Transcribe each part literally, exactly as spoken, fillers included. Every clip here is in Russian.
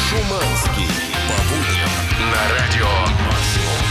Шуманский. По будням на радио Максимум.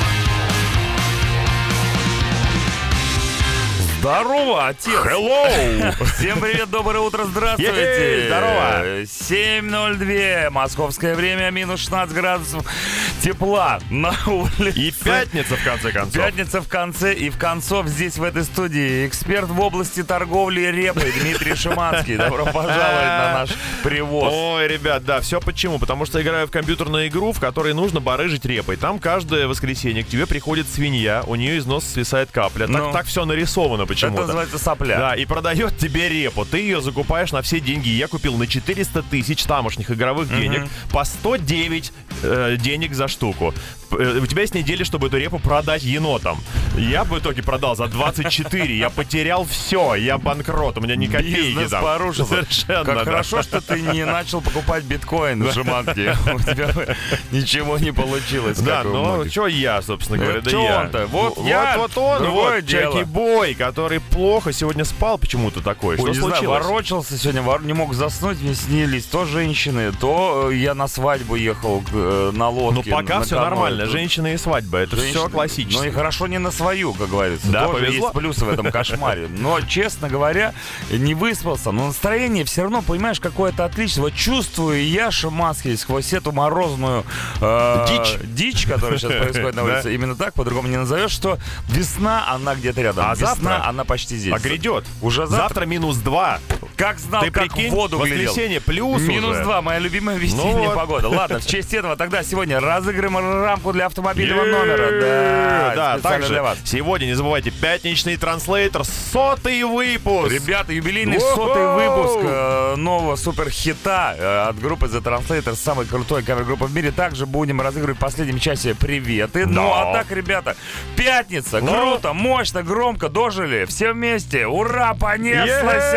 Здорово, отец! Hello! Всем привет, доброе утро, здравствуйте! Е-е, здорово! семь ноль два, московское время, минус шестнадцать градусов тепла на улице. И пятница, в конце концов. Пятница в конце, и в концов здесь, в этой студии, эксперт в области торговли репой Дмитрий Шуманский. Добро пожаловать на наш привоз. Ой, ребят, да, все почему? Потому что играю в компьютерную игру, в которой нужно барыжить репой. Там каждое воскресенье к тебе приходит свинья, у нее из носа свисает капля. Так, Ну. так все нарисовано почему-то. Это называется сопля. Да, и продает тебе репу. Ты ее закупаешь на все деньги. Я купил на четыреста тысяч тамошних игровых Мгм. денег по сто девять э, денег за штуку. П- э, У тебя есть неделя, чтобы эту репу продать енотам. Я в итоге продал за двадцать четыре. Я потерял все. Я банкрот. У меня ни копейки Бизнес там. порушился. Совершенно, Как да. хорошо, что ты не начал покупать биткоин в Шуманске. У тебя бы ничего не получилось. Да, как и у ну многих. что я, собственно говоря, да чё я. он-то? Вот я, Вот, вот он, другое вот, дело. Джеки Бой, который плохо сегодня спал почему-то такой. Ой, Что не знаю, случилось? ворочался сегодня, вор- не мог заснуть, мне снились то женщины, то э, я на свадьбу ехал э, на Ну лодке. пока на все каноэ. нормально. Тут Женщина и свадьба. Это женщины- все классически. Ну и хорошо не на свою, как говорится. Да, Тоже повезло. есть плюсы в этом кошмаре. Но, честно говоря, не выспался. Но настроение все равно, понимаешь, какое-то отличное. Вот чувствую я, Шуманский, сквозь эту морозную э, Дичь. дичь, которая сейчас происходит на Да. улице. Именно так, по-другому не назовешь, что весна, она где-то рядом. А Весна, завтра? она почти здесь. А грядет. Уже завтра? Завтра минус два. Как знал, Ты как прикинь, в воду глядел. воскресенье плюс Минус уже. два, моя любимая весенняя Ну вот. погода. Ладно, в честь этого тогда сегодня разыграем рамку для автомобильного Е-е-е. номера. Да, Да, специально также для вас. сегодня не забывайте пятничный транслейтер, сотый выпуск. Ребята, юбилейный Воу! сотый выпуск э, нового суперхита э, от группы The Translator, самой крутой кавер-группы в мире. Также будем разыгрывать в последнем часе приветы. Ну, Но. а так, ребята, пятница, Но. круто, мощно, громко, дожили. Все вместе, ура, понеслась!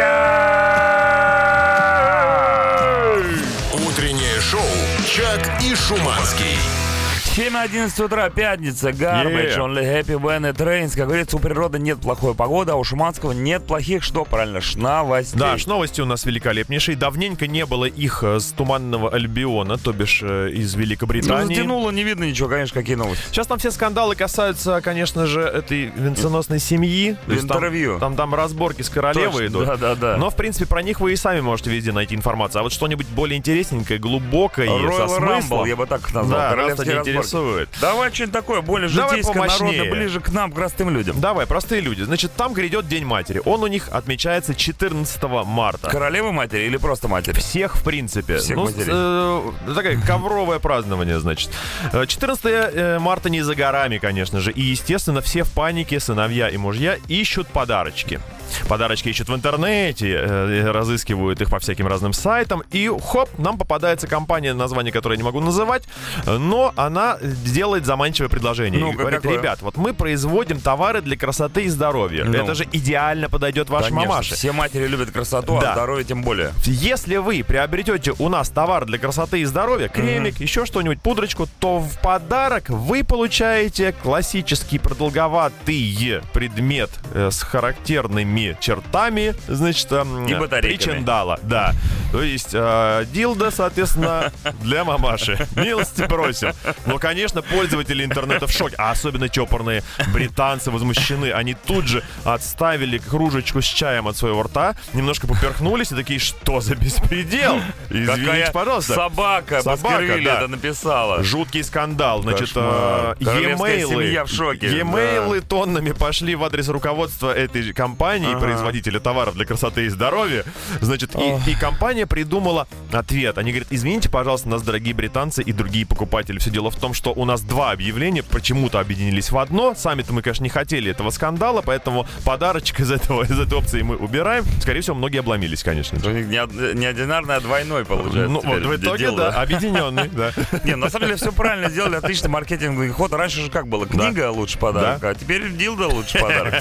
Утреннее шоу «Чак и Шуманский». семь одиннадцать утра, пятница, Garbage, Yeah. only happy when it rains. Как говорится, у природы нет плохой погоды, а у Шуманского нет плохих, что правильно, шновостей. Да, новости у нас великолепнейшие. Давненько не было их э, с Туманного Альбиона, то бишь э, из Ну, Великобритании. затянуло, не видно ничего, конечно, какие новости. Сейчас там все скандалы касаются, конечно же, этой венценосной семьи. То есть там- Интервью. Там, там разборки с королевой идут. Да, да, да. Но, в принципе, про них вы и сами можете везде найти информацию. А вот что-нибудь более интересненькое, глубокое, Royal со Rumble, смыслом. я бы так назвал. Да, нас королевские это разборки. интересует. Давай что-нибудь такое, более Давай житейское, помощнее. народное, ближе к нам, к простым людям. Давай, простые люди. Значит, там грядет День матери. Он у них отмечается четырнадцатого марта. Королевы матери или просто матери? Всех, в принципе. Всех ну, матерей. э, такое ковровое празднование, значит. Э, четырнадцатого марта не за горами, конечно же. И, естественно, все в панике, сыновья и мужья, ищут подарочки. Подарочки ищут в интернете, э, разыскивают их по всяким разным сайтам. И хоп, нам попадается компания, название которой я не могу называть, но она делает заманчивое предложение. Ну, И говорит: какое? ребят, вот мы производим товары для красоты и здоровья. Ну. Это же идеально подойдет вашей Конечно, мамаше. все матери любят красоту, Да. а здоровье тем более. Если вы приобретете у нас товар для красоты и здоровья, кремик, еще что-нибудь, пудрочку, то в подарок вы получаете классический продолговатый предмет э, с характерными чертами, значит, эм, И батарейками. причиндала, да. То есть э, дилдо, соответственно, для мамаши. Милости просим. Но, конечно, пользователи интернета в шоке, а особенно чопорные британцы возмущены. Они тут же отставили кружечку с чаем от своего рта, немножко поперхнулись и такие: что за беспредел? Извините, Какая пожалуйста. собака, Собака, Баскервилли да. это написала. Жуткий скандал. Значит, Кошмар. э, Королевская e-mailы, семья в шоке, e-mailы тоннами пошли в адрес руководства этой компании, Ага. производителя товаров для красоты и здоровья. Значит, и, и компания придумала ответ. Они говорят: извините, пожалуйста, нас, дорогие британцы и другие покупатели. Все дело в том, что у нас два объявления почему-то объединились в одно. Сами-то мы, конечно, не хотели этого скандала, поэтому подарочек из этого, из этой опции мы убираем. Скорее всего, многие обломились, конечно. У них не, од- не одинарный, а двойной получается. Ну, вот теперь в итоге, дело. да, объединенный, да. Не, на самом деле все правильно сделали, отличный маркетинговый ход. Раньше же как было? Книга лучше подарок, а теперь дилдо лучше подарок.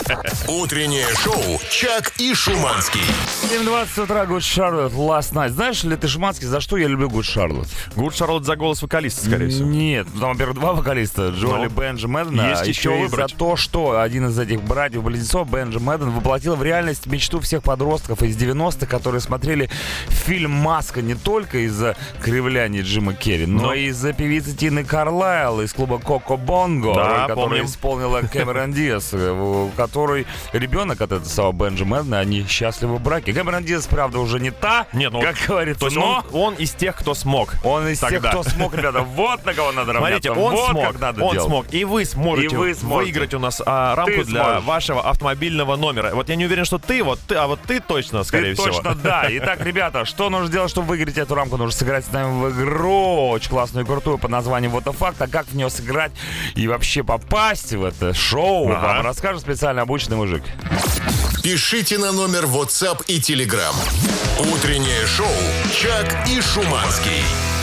Утреннее шоу «Чак и Шуманский». семь двадцать утра, Good Charlotte, Last Night. Знаешь ли ты, Шуманский, Шуманский, за что я люблю Good Charlotte? Good Charlotte за голос вокалиста, скорее всего. Нет, там, во-первых, два вокалиста, Джоли Ну, Бенджи Мэддена. есть а еще еще и выбрать. за то, что один из этих братьев-близнецов, Бенджи Мэдден, воплотил в реальность мечту всех подростков из девяностых, которые смотрели фильм «Маска» не только из-за кривляний Джима Керри, но, Но. и из-за певицы Тины Карлайл из клуба Коко Бонго, Да, которую помним. исполнила Кэмерон Диас, у которой ребенок от этого самого Бенджи Мэддена, они счастливы в браке. Кэмерон Диас, правда, уже не та, Нет, ну, как говорится, То есть но... он, он из тех, кто смог. Он из Тогда. тех, кто смог, ребята. Вот на кого надо Смотрите, равняться. он вот смог, как надо он делать. смог, и вы сможете И вы сможете. выиграть у нас а, рамку Ты для сможешь. вашего автомобильного номера. Вот я не уверен, что ты, вот ты, а вот ты точно, скорее Ты всего. точно, да. Итак, ребята, что нужно сделать, чтобы выиграть эту рамку? Нужно сыграть с нами в игру очень классную и крутую под названием «Вот the Fact». А как в нее сыграть и вообще попасть в это шоу, Ага. вам расскажет специально обученный мужик. Пишите на номер WhatsApp и Telegram. Утреннее шоу «Чак и Шуманский».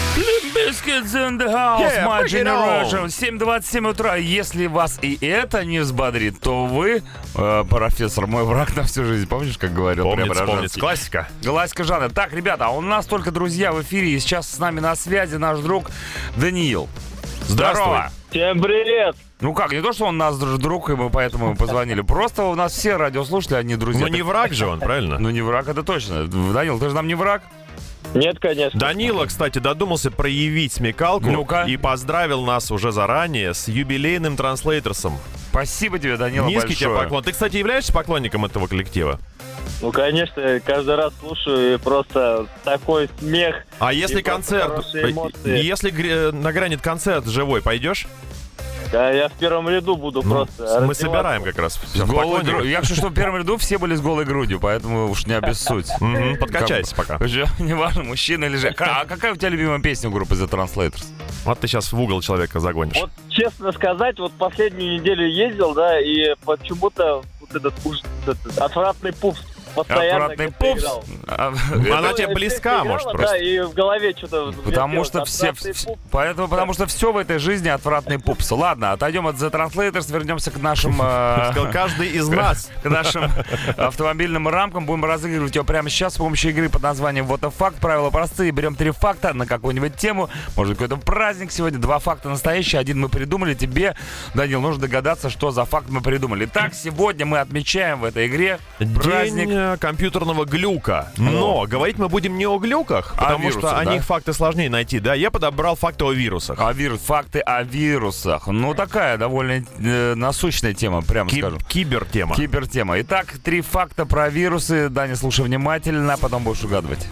Biscuits in the house, Yeah, my bring it on. generation. семь двадцать семь утра. Если вас и это не взбодрит, то вы, э, профессор, мой враг на всю жизнь. Помнишь, как говорил Помнится, Преображенский? помнится. Классика. Классика жанра. Так, ребята, у нас только друзья в эфире, и сейчас с нами на связи наш друг Даниил. Здорово. Всем привет! Ну как, не то, что он наш друг, и мы поэтому ему позвонили. Просто у нас все радиослушатели, они друзья. Ну не враг же он, правильно? Ну не враг, это точно. Данил, ты же нам не враг? Нет, конечно. Данила, кстати, додумался проявить смекалку Ну-ка. и поздравил нас уже заранее с юбилейным транслейторсом. Спасибо тебе, Данила, Низкий тебе большое. поклон. Ты, кстати, являешься поклонником этого коллектива? Ну, конечно, я каждый раз слушаю, и просто такой смех. А если И просто концерт, хорошие эмоции. если гре- нагрянет концерт живой, пойдешь? Да, я в первом ряду буду Ну, просто. мы раздеваться. собираем как раз. С голой гру- Я хочу, чтобы в первом ряду все были с голой грудью, поэтому уж не обессудь. Мгм, подкачайся пока. Уже неважно, мужчина или же. А какая у тебя любимая песня у группы The Translators? Вот ты сейчас в угол человека загонишь. Вот честно сказать, вот последнюю неделю ездил, да, и почему-то вот этот, уж, этот отвратный пупс постоянно Отвратный как-то пупс. играл. А, Она Ну, тебе песня близка, играла, может, да, просто. и в голове что-то... Потому вертелось, что все, отвратный вс- пупс. поэтому, потому что все в этой жизни отвратный пупс. Ладно, отойдем от The Translators, вернемся к нашим, э, Сказал, каждый из нас. к нашим автомобильным рамкам. Будем разыгрывать ее прямо сейчас с помощью игры под названием Вот the Fact. Правила простые. Берем три факта на какую-нибудь тему. Может, какой-то праздник сегодня. Два факта настоящие, один мы придумали. Тебе, Данил, нужно догадаться, что за факт мы придумали. Так, сегодня мы отмечаем в этой игре праздник. День э, компьютерного глюка. Но говорить мы будем не о глюках, А потому вирусах, что о да? них факты сложнее найти. Да, я подобрал факты о вирусах. А вирус, факты о вирусах. Ну, такая довольно э, насущная тема, прямо Ки- скажем. Кибертема. Кибертема. Итак, три факта про вирусы. Даня, слушай внимательно, а потом будешь угадывать.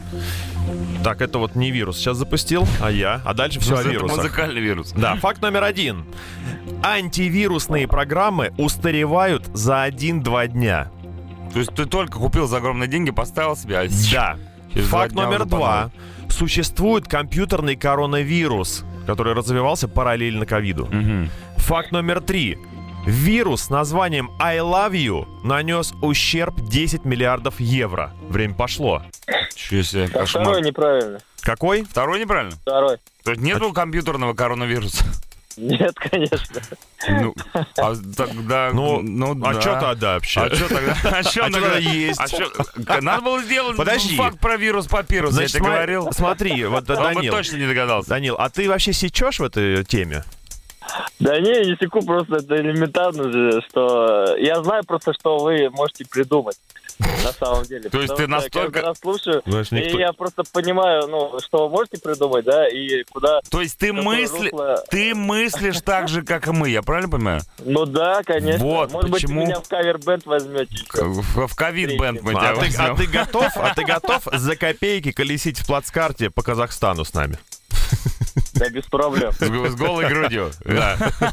Так, это вот не вирус сейчас запустил, а я. А дальше все о Это вирусах. музыкальный вирус. Да, факт номер один. Антивирусные программы устаревают за один-два дня. То есть ты только купил за огромные деньги, поставил себе, а Да. через два Факт дня номер уже по два. новой. Существует компьютерный коронавирус, который развивался параллельно ковиду. Мгм. Факт номер три. Вирус с названием I Love You нанес ущерб десять миллиардов евро. Время пошло. Чё себе, А кошмар. второй неправильно. Какой? Второй неправильно? Второй. То есть нет было компьютерного коронавируса? Нет, конечно. Ну, а тогда... Ну, а да. что тогда вообще? А что тогда? А что А чё тогда есть? А чё- Надо было сделать Подожди. факт про вирус папирус, я Значит, тебе сма- говорил. смотри, вот, Он бы Данил, точно не догадался. Данил, а ты вообще сечешь в этой теме? Да не, не секу, просто это элементарно же, что... Я знаю просто, что вы можете придумать. На самом деле. То есть Потому ты что я настолько- каждый раз слушаю, Знаешь, никто- и я просто понимаю, ну, что вы можете придумать, да, и куда... То есть ты какое мысли... русло- Ты мыслишь так же, как и мы, я правильно понимаю? Ну да, конечно. Вот, Может почему- быть, вы меня в кавер-бенд возьмете. еще. В, в ковид-бенд мы тебя А ты, а возьмем. ты готов? А ты готов за копейки колесить в плацкарте по Казахстану с нами? Да, без проблем. С, г- с голой грудью. Да.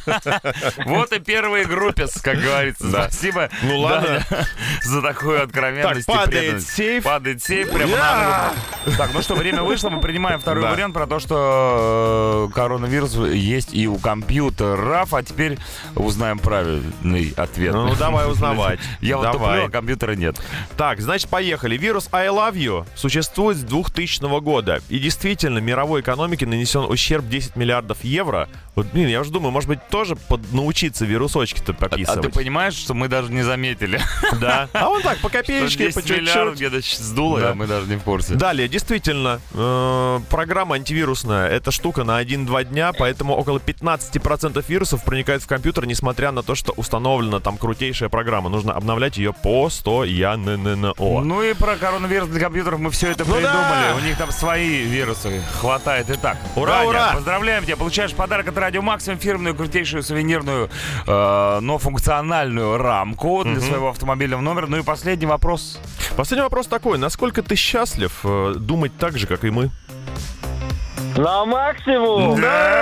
Вот и первый группес, как говорится. Да. Спасибо. Ну ладно. Даня, за такую откровенность. Так, и падает преданность. сейф. Падает сейф прямо Я! на руку. Так, ну что, время вышло, мы принимаем второй Да. вариант про то, что э, коронавирус есть и у компьютеров, а теперь узнаем правильный ответ. Ну, давай узнавать. Я вот Давай. туплю, а компьютера нет. Так, значит, поехали. Вирус I Love You существует с двухтысячного года. И действительно, мировой экономике нанесен ущерб ущерб десять миллиардов евро. Вот, блин, я уже думаю, может быть, тоже под, научиться вирусочки-то пописывать. А, а ты понимаешь, что мы даже не заметили? Да. А он так, по копеечке, по чуть-чуть. миллиардов где-то сдуло, Да. а мы даже не в курсе. Далее, действительно, э, программа антивирусная. Это штука на один-два дня, поэтому около пятнадцать процентов вирусов проникает в компьютер, несмотря на то, что установлена там крутейшая программа. Нужно обновлять ее постоянно. Ну и про коронавирус для компьютеров мы все это Ну придумали. да. У них там свои вирусы хватает и так. Ура, Даня, ура! поздравляем тебя. Получаешь подарок от Радио Максимум, фирменную крутейшую сувенирную, э, но функциональную рамку для своего автомобильного номера. Ну и последний вопрос. Последний вопрос такой. Насколько ты счастлив э, думать так же, как и мы? На максимум!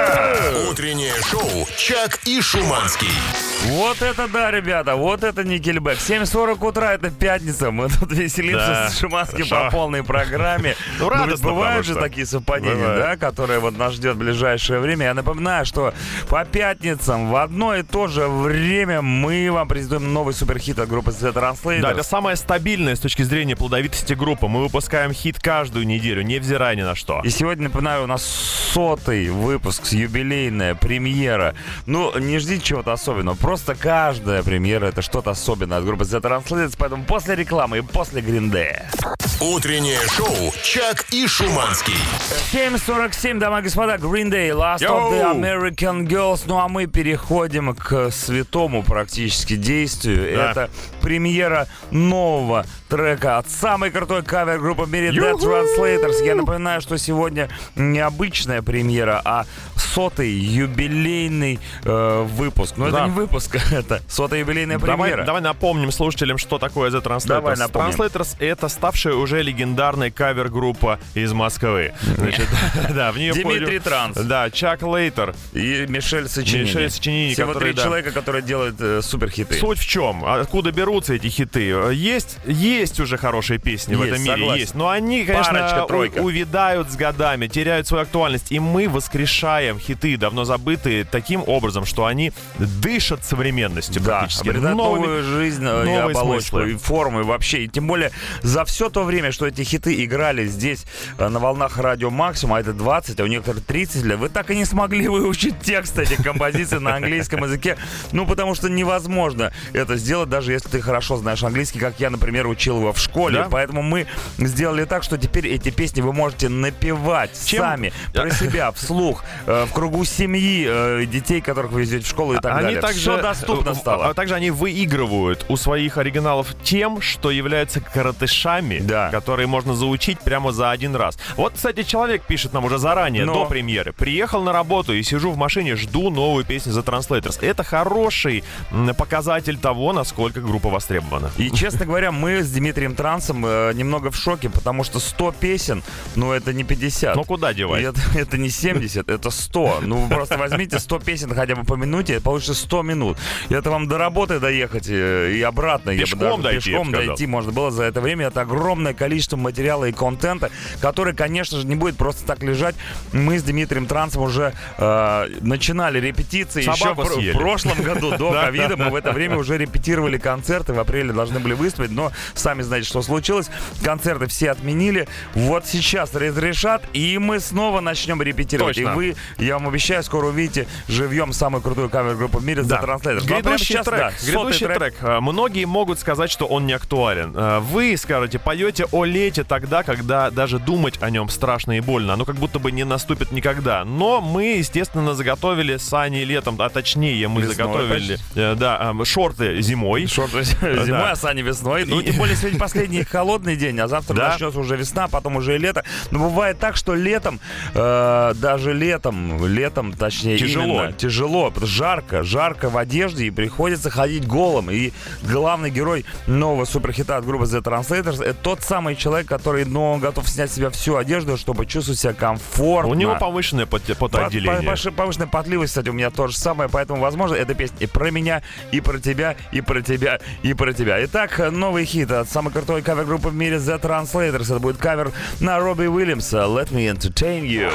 Утреннее шоу «Чак и Шуманский». Вот это да, ребята, вот это Никельбэк. семь сорок утра, это пятница. Мы тут веселимся Да, с Шуманским хорошо. по полной программе. Ну, Но ведь радостно, бывают потому же что. такие совпадения, Бывает. да, которые вот нас ждет в ближайшее время. Я напоминаю, что по пятницам в одно и то же время мы вам презентуем новый суперхит от группы The Translators. Да, это самая стабильная с точки зрения плодовитости группа. Мы выпускаем хит каждую неделю, невзирая ни на что. И сегодня, напоминаю, у нас сотый выпуск, юбилейная премьера. Ну, не ждите чего-то особенного. Просто каждая премьера — это что-то особенное от группы The Translators. Поэтому после рекламы и после Green Day. Утреннее шоу «Чак и Шуманский». семь сорок семь, дамы и господа, Green Day, Last of the American Girls. Ну а мы переходим к святому практически действию. Да. Это премьера нового трека от самой крутой кавер-группы в мире The Translators. Я напоминаю, что сегодня необычная премьера, а сотый юбилейный э, выпуск. Но Да. это не выпуск, это сотая юбилейная Давай, премьера. давай напомним слушателям, что такое The Translators. Давай напомним. Translators — это ставшая уже легендарная кавер-группа из Москвы. Значит, да, в нее Дмитрий входят- Транс. Да, Чак Лейтер. И Мишель Сочинини. Мишель Сочинини, Всего который, три да. человека, которые делают э, суперхиты. Суть в чем? Откуда берутся эти хиты? Есть, есть уже хорошие песни в Есть, этом мире, согласен. есть. Но они, конечно, Парочка, тройка. у- увядают с годами, теряют свою актуальность. И мы воскрешаем хиты, давно забытые, таким образом, что они дышат современностью Да, практически. обретают Новыми- новую жизнь, э, и новые оболочку, смыслы. и форму, и вообще. И тем более за все то время, что эти хиты играли здесь э, на волнах Радио Максимум, а это двадцать, а у некоторых тридцать лет, вы так и не смогли выучить текст этих композиций на английском языке. Ну, потому что невозможно это сделать, даже если ты хорошо знаешь английский, как я, например, учил его в школе. Да? Поэтому мы сделали так, что теперь эти песни вы можете напевать Чем- сами, про себя, вслух, э, в кругу семьи, э, детей, которых вы везете в школу и так Они далее. также, Все доступно э, стало. А также они выигрывают у своих оригиналов тем, что являются коротышами, Да. которые можно заучить прямо за один раз. Вот, кстати, человек пишет нам уже заранее, Но. до премьеры. Приехал на работу и сижу в машине, жду новую песню The Translators. Это хороший м, показатель того, насколько группа востребована. И, честно говоря, мы с Дмитрием Трансом э, немного в шоке, потому что сто песен, ну, это не пятьдесят. Ну, куда И девать? это, это не семьдесят, это сто. Ну, вы просто возьмите сто песен хотя бы по минуте, получится сто минут. И это вам до работы доехать э, и обратно. Я бы Пешком даже дойти, я бы пешком сказал. дойти можно было за это время. Это огромное количество материала и контента, который, конечно же, не будет просто так лежать. Мы с Дмитрием Трансом уже э, начинали репетиции еще Собаку в, съели. в прошлом году, до Да, ковида. Мы в это время уже репетировали концерты, в апреле должны были выступить, но сами знаете, что случилось. Концерты все отменили. Вот сейчас разрешат, и мы снова начнем репетировать. Точно. И вы, я вам обещаю, скоро увидите живьем самую крутую кавер-группу в мире The Translators. Ну, а прямо Грядущий сейчас, трек, да, сотый грядущий трек. трек. А, Многие могут сказать, что он не актуален. А, Вы скажете, поете о лете тогда, когда даже думать о нем страшно и больно. Оно как будто бы не наступит никогда. Но мы, естественно, заготовили с Аней летом, а точнее мы Весной, заготовили э, да, а, шорты зимой. Шорты зимой, Да. а сани весной. Ну, И- тем более, сегодня последний холодный день, а завтра Да. начнется уже весна, потом уже и лето. Но бывает так, что летом, э, даже летом, летом, точнее, Тяжело. именно, тяжело, потому что жарко, жарко в одежде, и приходится ходить голым. И главный герой нового суперхита от группы The Translators — это тот самый человек, который, ну, он готов снять с себя всю одежду, чтобы чувствовать себя комфортно. У него повышенное пот- потоотделение. По- по- Повышенная потливость, кстати, у меня то же самое, поэтому, возможно, эта песня и про меня, и про тебя, и про тебя, и про тебя. Итак, новый хит от самой крутой кавер-группы в мире The Translators. Это будет кавер на Робби Уильямса «Let Me Entertain You».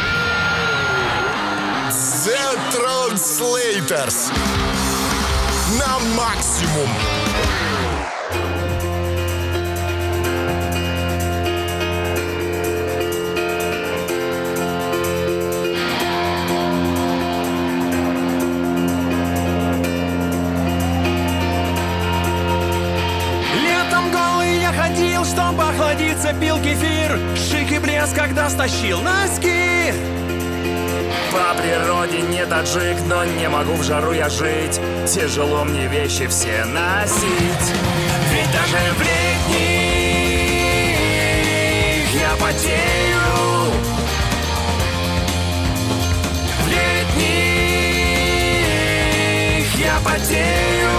The Translators на максимум. Чтоб охладиться, пил кефир, шик и блеск, когда стащил носки. По природе не таджик, но не могу в жару я жить. Тяжело мне вещи все носить. Ведь даже в летних я потею. В летних я потею.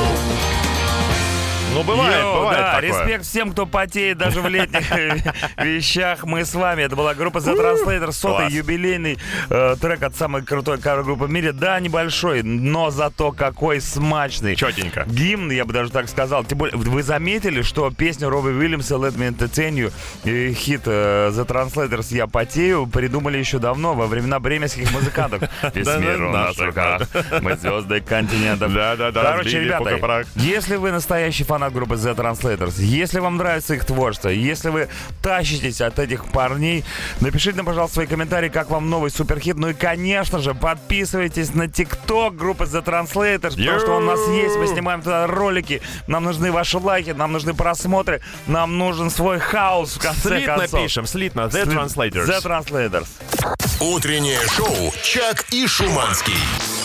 Ну, бывает, Йоу, бывает да, такое. респект всем, кто потеет даже в летних вещах. Мы с вами. Это была группа The Translators, сотый Класс. юбилейный э, трек от самой крутой кавер-группы в мире. Да, небольшой, но зато какой смачный. Чётенько. Гимн, я бы даже так сказал. Тем более, вы заметили, что песню Робби Уильямса «Let Me Entertain You» и хит э, The Translators «Я потею» придумали еще давно, во времена бременских музыкантов. Весь мир у нас в руках. Мы звезды континентов. Да-да-да, Короче, разбили ребята, пух-прах. если вы настоящий фанат группы The Translators, если вам нравится их творчество, если вы тащитесь от этих парней, напишите нам, пожалуйста, свои комментарии, как вам новый суперхит. Ну и, конечно же, подписывайтесь на ТикТок группы The Translators, потому что он у нас есть, мы снимаем туда ролики, нам нужны ваши лайки, нам нужны просмотры, нам нужен свой хаос, в конце Слитно концов. пишем, слитно. The Слит- Translators. The Translators. Утреннее шоу «Чак и Шуманский».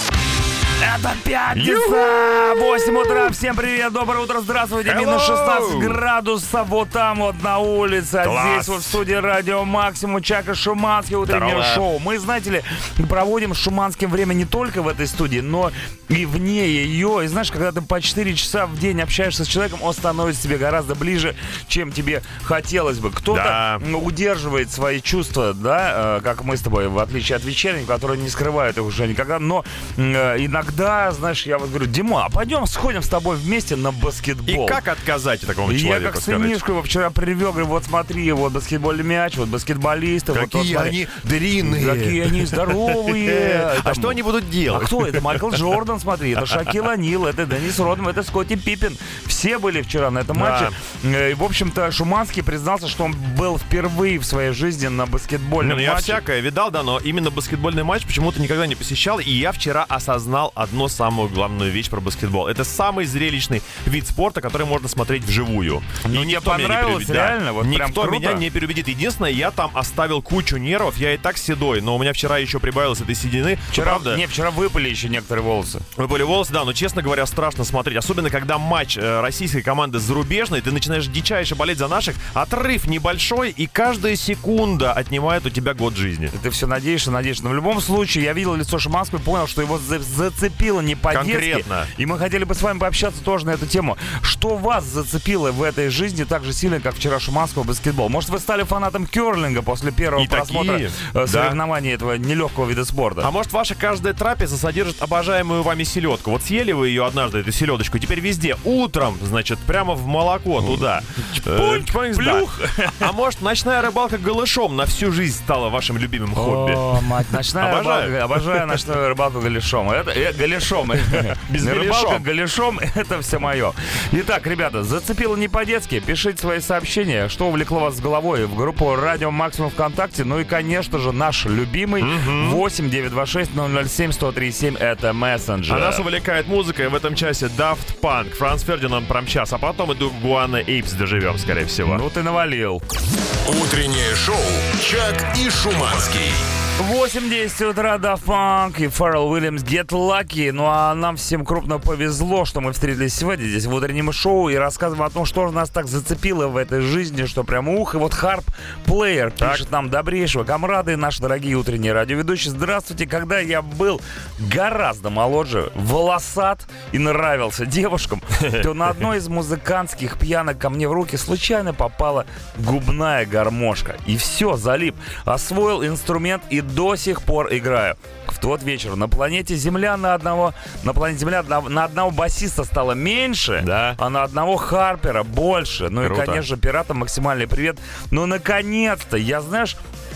Это пятница! восемь утра. Всем привет, доброе утро, здравствуйте. Hello! Минус шестнадцать градусов вот там вот на улице. А Класс! здесь вот в студии Радио Максимум, Чак и Шуманский, утреннее Здорово! шоу. Мы, знаете ли, проводим с Шуманским время не только в этой студии, но и вне ее. И знаешь, когда ты по четыре часа в день общаешься с человеком, он становится тебе гораздо ближе, чем тебе хотелось бы. Кто-то Да. м, удерживает свои чувства, да, э, как мы с тобой, в отличие от вечерних, которые не скрывают их уже никогда, но э, иногда, знаешь, я вот говорю: Дима, а пойдем сходим с тобой вместе на баскетбол. И как отказать такому И я человеку, как скажите? сынишку его вчера привел, говорю: вот смотри, вот баскетбольный мяч, вот баскетболисты. вот, вот Какие смотри. они длинные. Какие они здоровые. А Там- что они будут А делать? кто это? Майкл Джордан, смотри, это Шакил О'Нил, это Денис Родман, это Скотти Пиппин. Все были вчера на этом матче. Э, И, в общем-то, Шуманский признался, что он был впервые в своей жизни на Не, баскетбольном ну я матче. всякое видал, да, но именно баскетбольный матч почему-то никогда не посещал, и я вчера осознал одну самую главную вещь про баскетбол. Это самый зрелищный вид спорта, который можно смотреть вживую. Ну, И тебе никто меня не понравилось, переубедит. Да. реально? Вот прям Никто круто? меня не переубедит. Единственное, я там оставил кучу нервов, я и так седой, но у меня вчера еще прибавилось этой седины. Вчера, Правда, не, вчера выпали еще некоторые волосы. вы были волосы, да, но, честно говоря, страшно смотреть. Особенно, когда матч э, российской команды с зарубежной, ты начинаешь дичайше болеть за наших, отрыв небольшой, и каждая секунда отнимает у тебя год жизни. И ты все надеешься, надеешься. Но в любом случае, я видел лицо Шуманского и понял, что его за- зацепило не по-детски. Конкретно. И мы хотели бы с вами пообщаться тоже на эту тему. Что вас зацепило в этой жизни так же сильно, как вчера Шуманского баскетбол? Может, вы стали фанатом керлинга после первого И просмотра такие, э, да. соревнований этого нелегкого вида спорта? А может, ваша каждая трапеза содержит обожаемую вами селедку? Вот съели вы ее однажды, эту селедочку, и теперь везде, утром, значит, прямо в молоко туда. Э, чпоньк, да. А может, ночная рыбалка голышом на всю жизнь стала вашим любимым хобби? О, мать, ночная Обожаю. рыбалка. Обожаю ночную рыбалку голышом. Это э, голышом. Без Рыбалка голышом. голышом — это все мое. Итак, ребята, зацепило не по-детски. Пишите свои сообщения, что увлекло вас с головой в группу Радио Максимум ВКонтакте. Ну и, конечно же, наш любимый восемь девятьсот двадцать шесть ноль ноль семь сто три семь. Это мессенджер. А нас увлекает музыка, и в этом часе Daft Punk, Франц Фердинанд промчас, а потом иду Гуана Эйпс доживем, скорее всего. Ну ты навалил. Утреннее шоу «Чак и Шуманский». восемь десять утра, Daft Punk и Фаррелл Уильямс Get Lucky. Ну а нам всем крупно повезло, что мы встретились сегодня здесь в утреннем шоу и рассказываем о том, что же нас так зацепило в этой жизни, что прям ух. И вот Харп Плеер пишет нам: добрейшего, комрады, наши дорогие утренние радиоведущие. Здравствуйте. Когда я был гораздо моложе, волосат и нравился девушкам, то на одной из музыкантских пьянок ко мне в руки случайно попала губная гармошка. И все, залип. Освоил инструмент и до сих пор играю. В тот вечер на планете Земля на одного на планете Земля на, на одного басиста стало меньше, Да. а на одного Харпера больше. Ну Круто. и, конечно, пиратам максимальный привет. Ну, наконец-то, я, знаешь,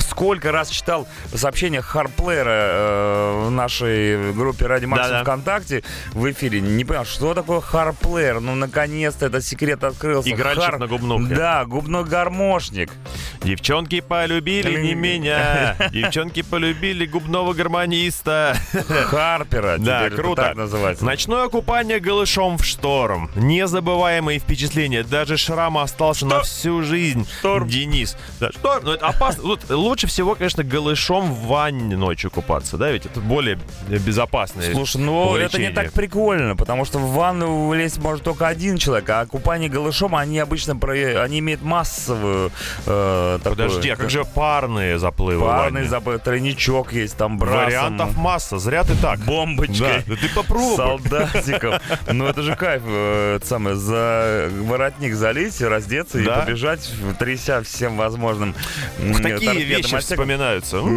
сколько раз читал сообщение Харплеера э, в нашей группе Радио Максимум Да-да. ВКонтакте в эфире. Не понял, что такое Харплеер? Ну, наконец-то этот секрет открылся. Игральщик Хар... на губнухе. Да, губной гармошник. Девчонки полюбили не меня. Девчонки полюбили губного гармониста. Харпера. Да, теперь это круто. так называется. Ночное купание голышом в шторм. Незабываемые впечатления. Даже шрам остался на всю жизнь. Шторм. Денис. Да, шторм. Ну, это опасно. Вот, лучше всего, конечно, голышом в ванне ночью купаться. Да, ведь это более безопасное Слушай, ну это не увлечение. так прикольно, потому что в ванну влезть может только один человек, а купание голышом, они обычно про... они имеют массовую э, такую... Подожди, а как же парные заплывы в Парный ванне? заб... тройничок есть, там брасом. Вариантов масса. Зря ты так. Бомбочкой. Да, да ты попробуй. Солдатиком. Ну это же кайф, э, это самое, за воротник залить, раздеться Да. и побежать, тряся всем возможным м, Такие торпедным вещи отсеком. вспоминаются. И у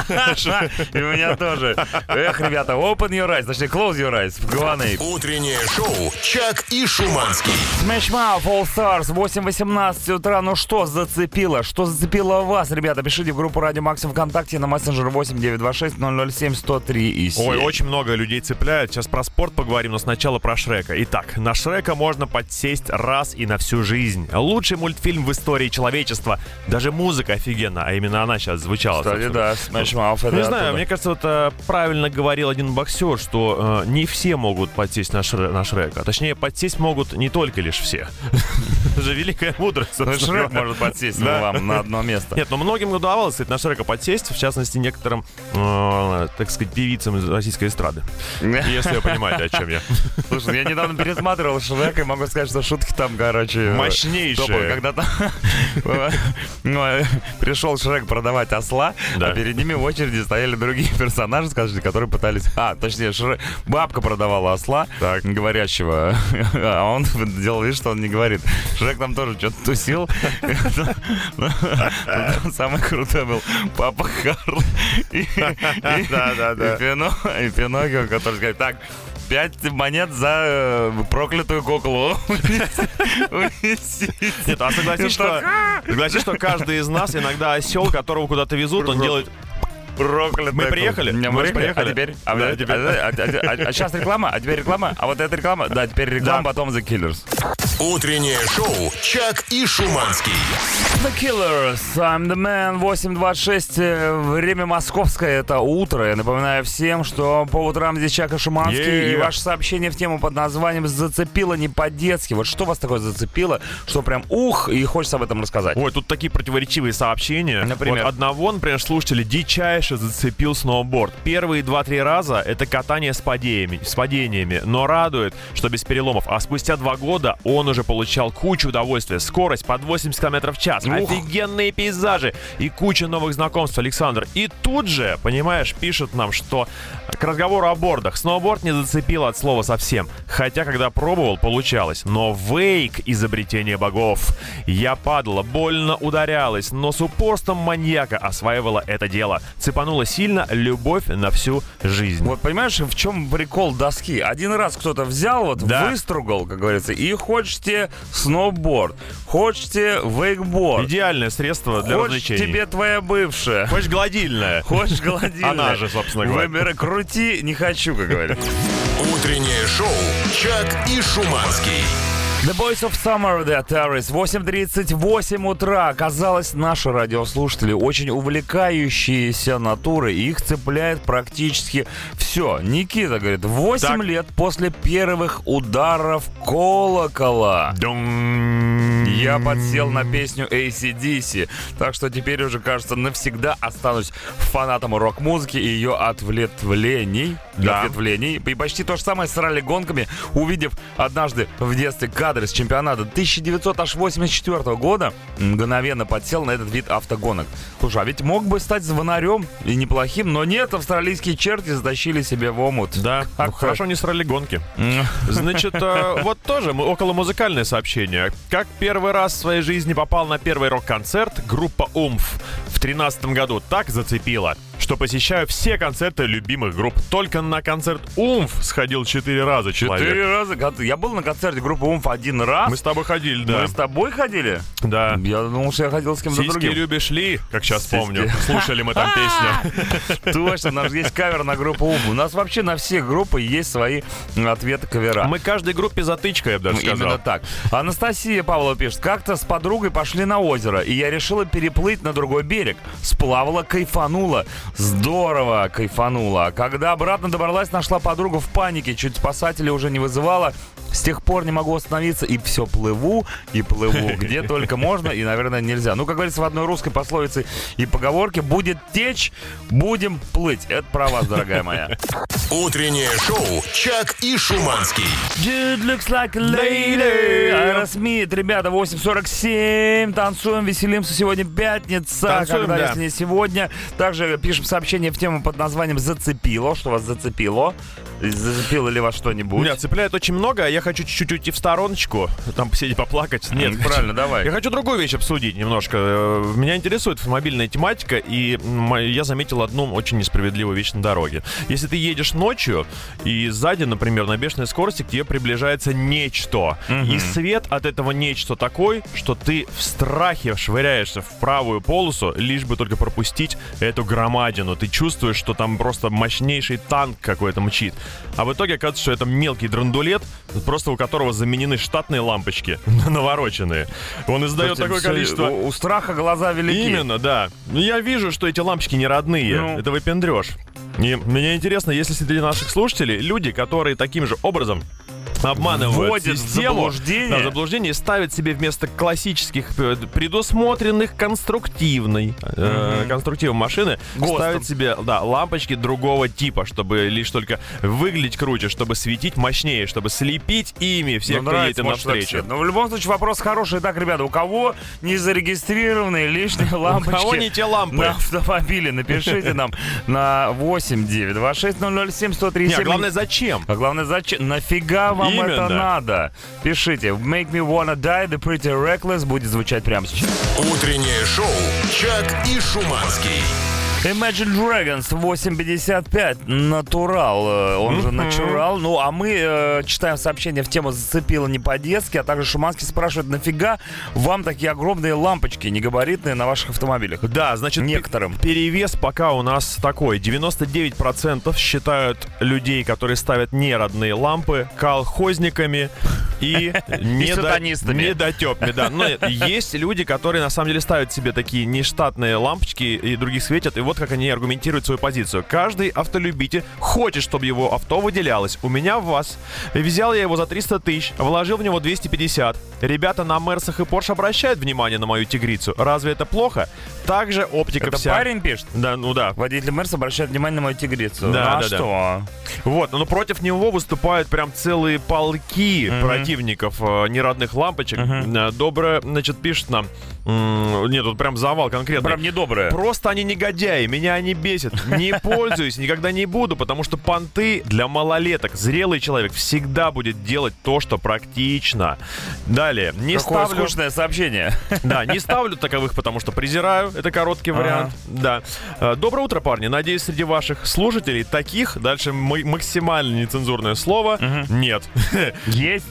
меня тоже. Эх, ребята, open your eyes, точнее, close your eyes. Главный. Утреннее шоу «Чак и Шуманский». Smash Mouth, All Stars, восемь восемнадцать утра. Ну что зацепило? Что зацепило вас, ребята? Пишите в группу Радио Максимум ВКонтакте на мессенджер восемь девятьсот двадцать шесть ноль ноль семь сто три и семь. Ой, очень много людей цепляют. Сейчас про спорт поговорим, но сначала про Шрека. Итак, на Шрека можно подсесть раз и на всю жизнь. Лучший мультфильм в истории человечества. Даже музыка офигенна, а именно она сейчас звучала. Кстати, собственно. да, Smash Mouth. это Не знаю, оттуда. мне кажется, вот э, правильно говорил один боксер, что э, не все могут подсесть на, Шре- на Шрека. Точнее, подсесть могут не только лишь все. Это же великая мудрость. Ну, собственно Шрек говоря. может подсесть Да. вам на одно место. Нет, но многим удавалось, кстати, на Шрека подсесть, в частности, некоторым, э, так сказать, певицам из российской эстрады. Если вы понимаете, о чем я. Слушай, я недавно пересматривал Шрека и могу сказать, что шутки там, короче... Мощнейшие. топовые. Когда там ну, э, пришел Шрек продавать осла, Да. а перед ними в очереди стояли другие персонажи, скажите, которые пытались... А, точнее, Шрек... бабка продавала осла, Так. говорящего, а он делал вид, что он не говорит. Шрек там тоже что-то тусил. Самый крутой был папа Карл и Да-да-да. и Пино- и Пиноккио, который говорит, так, пять монет за э, проклятую куклу. Унесите. Нет, а согласись, И что, так, согласись, что каждый из нас иногда осел, которого куда-то везут, он делает... проклятая Мы кукла. приехали? Не, Мы мы приехали. приехали. А теперь? А, Да, а- теперь. а- а- а- а сейчас реклама, а теперь реклама, а вот эта реклама, да, теперь реклама, Да. потом The Killers. Утреннее шоу «Чак и Шуманский». The Killers, I'm the man, восемь двадцать шесть, э, время московское, это утро. Я напоминаю всем, что по утрам здесь Чак и Шуманский, Yeah. и ваше сообщение в тему под названием «Зацепило не по-детски». Вот что вас такое зацепило, что прям ух, и хочется об этом рассказать. Ой, тут такие противоречивые сообщения. Например? Вот одного, например, слушателя дичайше зацепил сноуборд. Первые два-три раза это катание с падениями, с падениями, но радует, что без переломов. А спустя два года он уже получал кучу удовольствия. Скорость под восемьдесят километров в час, Ух. офигенные пейзажи и куча новых знакомств, Александр. И тут же, понимаешь, пишет нам, что к разговору о бордах. Сноуборд не зацепил от слова совсем. Хотя, когда пробовал, получалось. Но вейк — изобретение богов. Я падала, больно ударялась, но с упорством маньяка осваивала это дело. Цепанула сильно, любовь на всю жизнь. Вот понимаешь, в чем прикол доски? Один раз кто-то взял, вот Да. выстругал, как говорится, и хочете сноуборд, хочете вейкборд, Идеальное средство для хочешь развлечений. тебе твоя бывшая, Хочешь гладильное? хочешь гладильная. Она же, собственно говоря. Выбирай, крути, не хочу, как говорится. Утреннее шоу «Чак и Шуманский». The Boys of Summer, The Terrorists, восемь тридцать восемь утра. Оказалось, наши радиослушатели очень увлекающиеся натуры, и их цепляет практически все. Никита говорит, восемь Так. лет после первых ударов колокола. Я подсел на песню эй си ди си, так что теперь уже, кажется, навсегда останусь фанатом рок-музыки и ее ответвлений. Да. Ответвлений. И почти то же самое с ралли-гонками, увидев однажды в детстве кадры с чемпионата тысяча девятьсот восемьдесят четвёртого года, мгновенно подсел на этот вид автогонок. Слушай, а ведь мог бы стать звонарем и неплохим, но нет, австралийские черти затащили себе в омут. Да, Как ну, хорошо не срали гонки. Значит, э, вот тоже м- околомузыкальное сообщение. Как первый раз в своей жизни попал на первый рок-концерт, группа «Умф» в тринадцатом году так зацепила, что что посещаю все концерты любимых групп. Только на концерт «Умф» сходил четыре раза человек. Четыре раза? Я был на концерте группы «Умф» один раз. Мы с тобой ходили, да. Мы с тобой ходили? Да. Я думал, что я ходил с кем-то Сиськи другим. любишь ли? Как сейчас Сиськи. помню. Слушали мы там песню. Точно, у нас есть кавер на группу «Умф». У нас вообще на все группы есть свои ответы кавера. Мы каждой группе затычка, я бы даже сказал. Именно так. Анастасия Павлова пишет. Как-то с подругой пошли на озеро, и я решила переплыть на другой берег. Сплавала, кайфанула. Здорово кайфанула. А когда обратно добралась, нашла подругу в панике. Чуть спасателя уже не вызывала. С тех пор не могу остановиться. И все плыву, и плыву. Где только можно, и, наверное, нельзя. Ну, как говорится в одной русской пословице и поговорке: будет течь, будем плыть. Это про вас, дорогая моя. Утреннее шоу «Чак и Шуманский». Dude looks like a lady. Аэросмит, ребята, восемь сорок семь. Танцуем, веселимся. Сегодня пятница. Танцуем, когда, да. если не сегодня. Также пишем сообщение в тему под названием «Зацепило». Что вас зацепило? Зацепило ли вас что-нибудь? Меня цепляет очень много, а я хочу чуть-чуть уйти в стороночку, там посидеть, поплакать. Нет, правильно, давай. Я хочу другую вещь обсудить немножко. Меня интересует автомобильная тематика, и я заметил одну очень несправедливую вещь на дороге. Если ты едешь ночью, и сзади, например, на бешеной скорости к тебе приближается нечто, Угу. и свет от этого нечто такой, что ты в страхе швыряешься в правую полосу, лишь бы только пропустить эту громадину. Ты чувствуешь, что там просто мощнейший танк какой-то мчит. А в итоге оказывается, что это мелкий драндулет, просто у которого заменены штатные лампочки, навороченные. Он издает Слушайте, такое всё, количество... У, у страха глаза велики. Именно, да. Но я вижу, что эти лампочки не родные. Ну. Это выпендрёж. И мне интересно, если среди наших слушателей люди, которые таким же образом обманывают Вводят в систему, заблуждение. да, в заблуждение, ставят себе вместо классических э, предусмотренных конструктивной э, конструктивом машины, ГОСТом. ставят себе, да, лампочки другого типа, чтобы лишь только выглядеть круче, чтобы светить мощнее, чтобы слепить ими всех, Ну, кто нравится, едет может, так навстречу. свет. Но в любом случае вопрос хороший. Так, ребята, у кого не зарегистрированные лишние лампочки кого не те лампы? на автомобиле, напишите нам на восемь девять два шесть ноль ноль семь сто три Не, а семь. главное, зачем? А главное, зачем? Нафига вам Именно. это надо? Пишите. Make me wanna die, the pretty reckless будет звучать прямо сейчас. Утреннее шоу «Чак и Шуманский». Imagine Dragons восемь пятьдесят пять. Натурал. э, Он же Натурал. Ну, а мы э, читаем сообщение в тему «Зацепило не по-детски», а также Шуманский спрашивает: нафига вам такие огромные лампочки негабаритные на ваших автомобилях? Да, значит, Некоторым. пе- перевес пока у нас такой. девяносто девять процентов считают людей, которые ставят неродные лампы, колхозниками и недо- сатанистами. недотепами. Да. Но есть люди, которые на самом деле ставят себе такие нештатные лампочки и других светят. И вот как они аргументируют свою позицию. Каждый автолюбитель хочет, чтобы его авто выделялось. У меня в ВАЗ. Взял я его за триста тысяч, вложил в него двести пятьдесят. Ребята на Мерсах и Порш обращают внимание на мою тигрицу. Разве это плохо? Также оптика Это вся. парень пишет? Да, ну да. Водитель Мерса обращает внимание на мою тигрицу. Да, Ну, а да, да. что? Вот, но против него выступают прям целые полки Мгм. противников э, неродных лампочек. Мгм. Э, Доброе, значит, пишет нам. м, Нет, тут прям завал конкретно. Прям недоброе. Просто они негодяи, меня они бесят. Не пользуюсь, никогда не буду, потому что понты для малолеток. Зрелый человек всегда будет делать то, что практично. Далее, не Какое ставлю... скучное сообщение. Да, не ставлю таковых, потому что презираю. Это короткий Ага. вариант. Да. Э, Доброе утро, парни. Надеюсь, среди ваших слушателей таких, дальше м- максимально нецензурное слово, нет. Есть.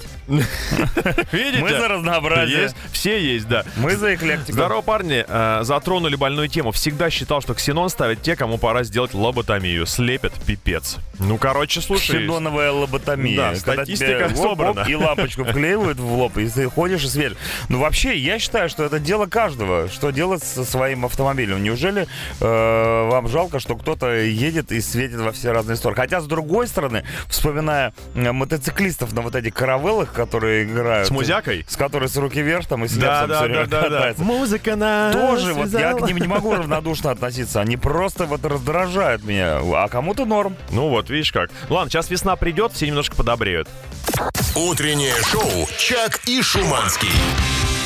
Видите? Мы за разнообразие. Есть. Все есть, да. Мы за эклектику. Здорово, парни. Э, затронули больную тему. Всегда считал, что ксенон ставят те, кому пора сделать лоботомию. Слепят пипец. Ну, короче, слушай. Ксеноновая лоботомия. Да, Когда статистика тебе воп, воп, собрана. и лампочку вклеивают в лоб, и ты ходишь и светишь. Ну, вообще, я считаю, что это дело каждого. Что делать со своим автомобилем? Неужели э, вам жалко, что кто-то едет и светит во все разные стороны? Хотя, с другой стороны, вспоминая э, мотоциклистов на вот этих каравеллах, которые играют... С музякой? С которой с руки вверх там и снег Да, там да, всё да, время да, да. катается. Музыка нас Тоже вот я связала. к ним не могу равнодушно относиться. Они просто вот раздражают меня. А кому-то норм. Ну вот, видишь как. Ладно, сейчас весна придет, все немножко подобреют. Утреннее шоу «Чак и Шуманский».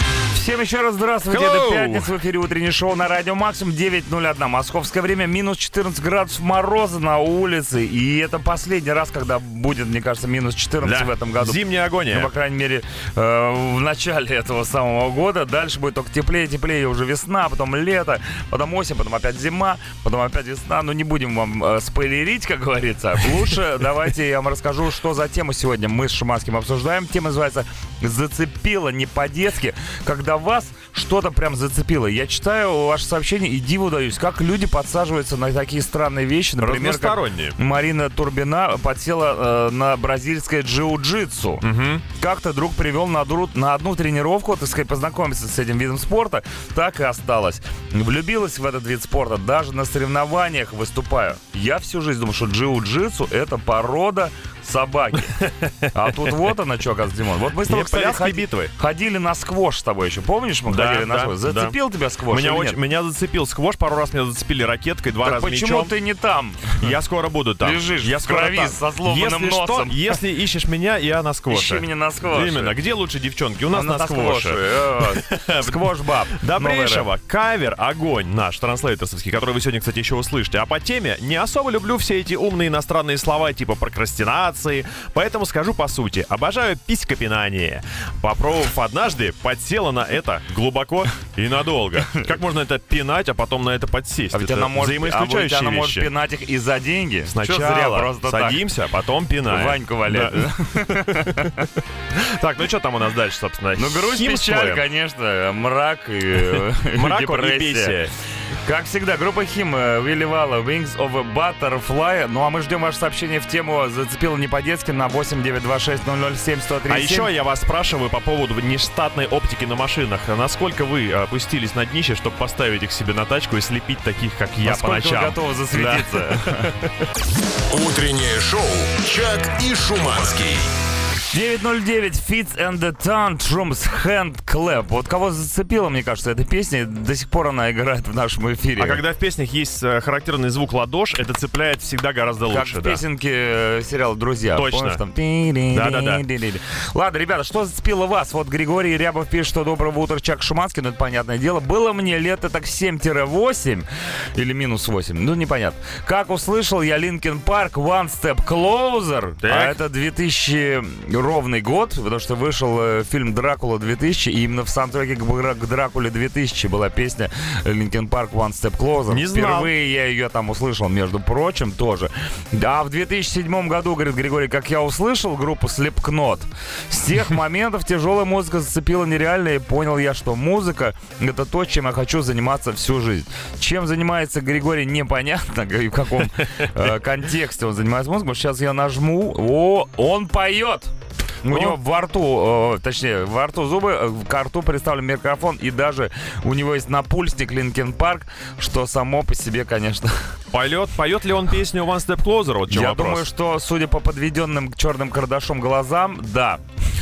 Всем еще раз здравствуйте. Hello. Это пятница, в эфире утреннее шоу на радио Максимум, девять ноль один. Московское время, минус четырнадцать градусов мороза на улице. И это последний раз, когда будет, мне кажется, минус четырнадцать Да. в этом году. Зимняя агония. Ну, по крайней мере, э, в начале этого самого года. Дальше будет только теплее, теплее, уже весна, потом лето, потом осень, потом опять зима, потом опять весна. Ну, не будем вам э, спойлерить, как говорится. Лучше давайте я вам расскажу, что за тему сегодня мы с Шуманским обсуждаем. Тема называется «Зацепило не по-детски». Когда вас что-то прям зацепило. Я читаю ваши сообщения и диву даюсь, как люди подсаживаются на такие странные вещи. Например, как Разносторонние. Марина Турбина подсела э, на бразильское джиу-джитсу. Мгм. Как-то друг привел на, дру- на одну тренировку, так сказать, познакомиться с этим видом спорта, так и осталась. Влюбилась в этот вид спорта, даже на соревнованиях выступаю. Я всю жизнь думал, что джиу-джитсу — это порода собаки. А тут вот она что, оказывается, Димон. Вот мы с тобой, Нет, кстати, пляски и ходи- битвы. ходили на сквош с тобой еще. Помнишь, мы Да, ходили на да, сквош? да. Зацепил тебя сквош Меня, или очень, нет? меня зацепил сквош, пару раз меня зацепили ракеткой, два Так раза почему мячом. ты не там? Я скоро буду там. Лежишь я в скоро крови там. со сломанным если что, носом. если ищешь меня, я на сквоше. Ищи меня на сквоше. Именно. Где лучше девчонки? У нас Она на сквоше. э, Сквош-баб. Добрейшего. Кавер «Огонь» наш, транслейтерский, который вы сегодня, кстати, еще услышите. А по теме не особо люблю все эти умные иностранные слова типа прокрастинации, поэтому скажу по сути. Обожаю писькопинание. Попробовав однажды, подсела на это глубоко и надолго. Как можно это пинать, а потом на это подсесть? А ведь Это она может, а ведь взаимоисключающие она может вещи. пинать их и за деньги. Чё Сначала зря просто садимся, потом так пинаем. Ваньку валять. Да. Так, ну что там у нас дальше, собственно? Ну, грусть, Хим печаль, строим. конечно, мрак и Мрак и депрессия. депрессия. Как всегда, группа Хим, Вилли Валла, Wings of a Butterfly. Ну, а мы ждем ваше сообщение в тему «Зацепило не по-детски» на восемь девятьсот двадцать шесть ноль ноль семь сто три А семь. еще я вас спрашиваю по поводу нештатной оптики на машинах. Насколько вы опустились на днище, чтобы поставить их себе на тачку и слепить таких, как я, по Насколько вы ночам? готовы засветиться? Утреннее шоу «Чак и Шуманский». девять ноль девять Fits and the Tantrums Hand Clap. Вот кого зацепила, мне кажется, эта песня. До сих пор она играет в нашем эфире. А когда в песнях есть э, характерный звук ладош, это цепляет всегда гораздо Как лучше. в да. песенке э, сериала «Друзья». Точно. Помнишь, там? Да-да-да. Ладно, ребята, что зацепило вас? Вот Григорий Рябов пишет, что доброго утра, Чак Шуманский, ну это понятное дело. Было мне лет так семь-восемь или минус восемь, ну непонятно. Как услышал я Linkin Park One Step Closer, Так. а это две тысячи ровный год, потому что вышел э, фильм «Дракула две тысячи», и именно в саундтреке к, Бра- к «Дракуле две тысячи» была песня Linkin Park One Step Closer. Не знал. Впервые я ее там услышал, между прочим, тоже. Да, в две тысячи седьмом году, говорит Григорий, как я услышал группу Slipknot, с тех моментов тяжелая музыка зацепила нереально, и понял я, что музыка — это то, чем я хочу заниматься всю жизнь. Чем занимается Григорий, непонятно, и в каком э, контексте он занимается музыкой. Сейчас я нажму. О, он поет! У Ну. него во рту, э, точнее, во рту зубы, э, к рту приставлен микрофон, и даже у него есть напульсник Linkin Park, что само по себе, конечно... Полет, поет ли он песню One Step Closer? Вот в чем Я вопрос. думаю, что, судя по подведенным черным карандашом глазам, да.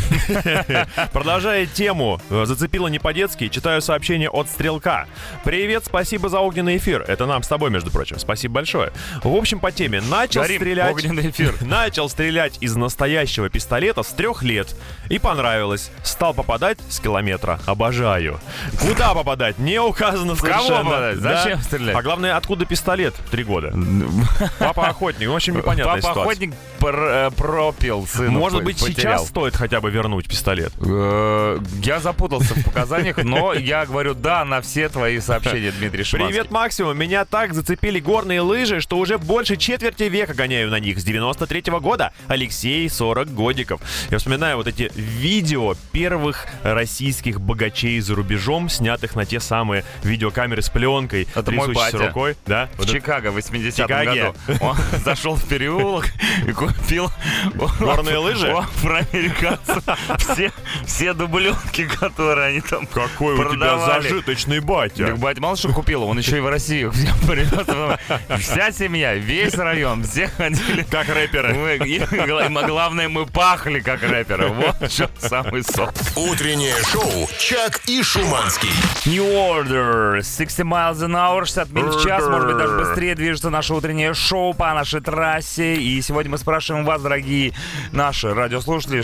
Продолжая тему, э, зацепило не по-детски, читаю сообщение от Стрелка. Привет, спасибо за огненный эфир. Это нам с тобой, между прочим. Спасибо большое. В общем, по теме. Начал Горим, стрелять... огненный эфир. Начал стрелять из настоящего пистолета с трех лет. И понравилось. Стал попадать с километра. Обожаю. Куда попадать? Не указано В кого совершенно. попадать? Да. Зачем стрелять? А главное, откуда пистолет? Три года. Папа охотник. В общем, непонятная Папа ситуация. охотник пр- э, пропил сына. Может по- быть, потерял. сейчас стоит хотя бы вернуть пистолет. Э, Я запутался в показаниях, но я говорю да на все твои сообщения, Дмитрий Шиманский. Привет, Максимум. Меня так зацепили горные лыжи, что уже больше четверти века гоняю на них. С девяносто третьего года. Алексей, сорок годиков. Я вспоминаю вот эти видео первых российских богачей за рубежом, снятых на те самые видеокамеры с пленкой, Это мой трясущейся батя. рукой. Да? В Вот это- Чикаго в восьмидесятом Чикаге. году. Он зашел в переулок и купил Горные лыжи? у афроамериканцев все, все дубленки, которые они там Какой у тебя продавали. зажиточный батя. Так батя мало что купил, он еще и в Россию всем привез. Вся семья, весь район, все ходили. Как рэперы. Мы, и, гла- главное, мы пахли как рэперы. Вот что самый сок. Утреннее шоу «Чак и Шуманский». New Order, шестьдесят miles an hour, шестьдесят миль в час, может быть, даже быстрее движется наше утреннее шоу по нашей трассе. И сегодня мы спрашиваем вас, дорогие наши радиослушатели, что же вас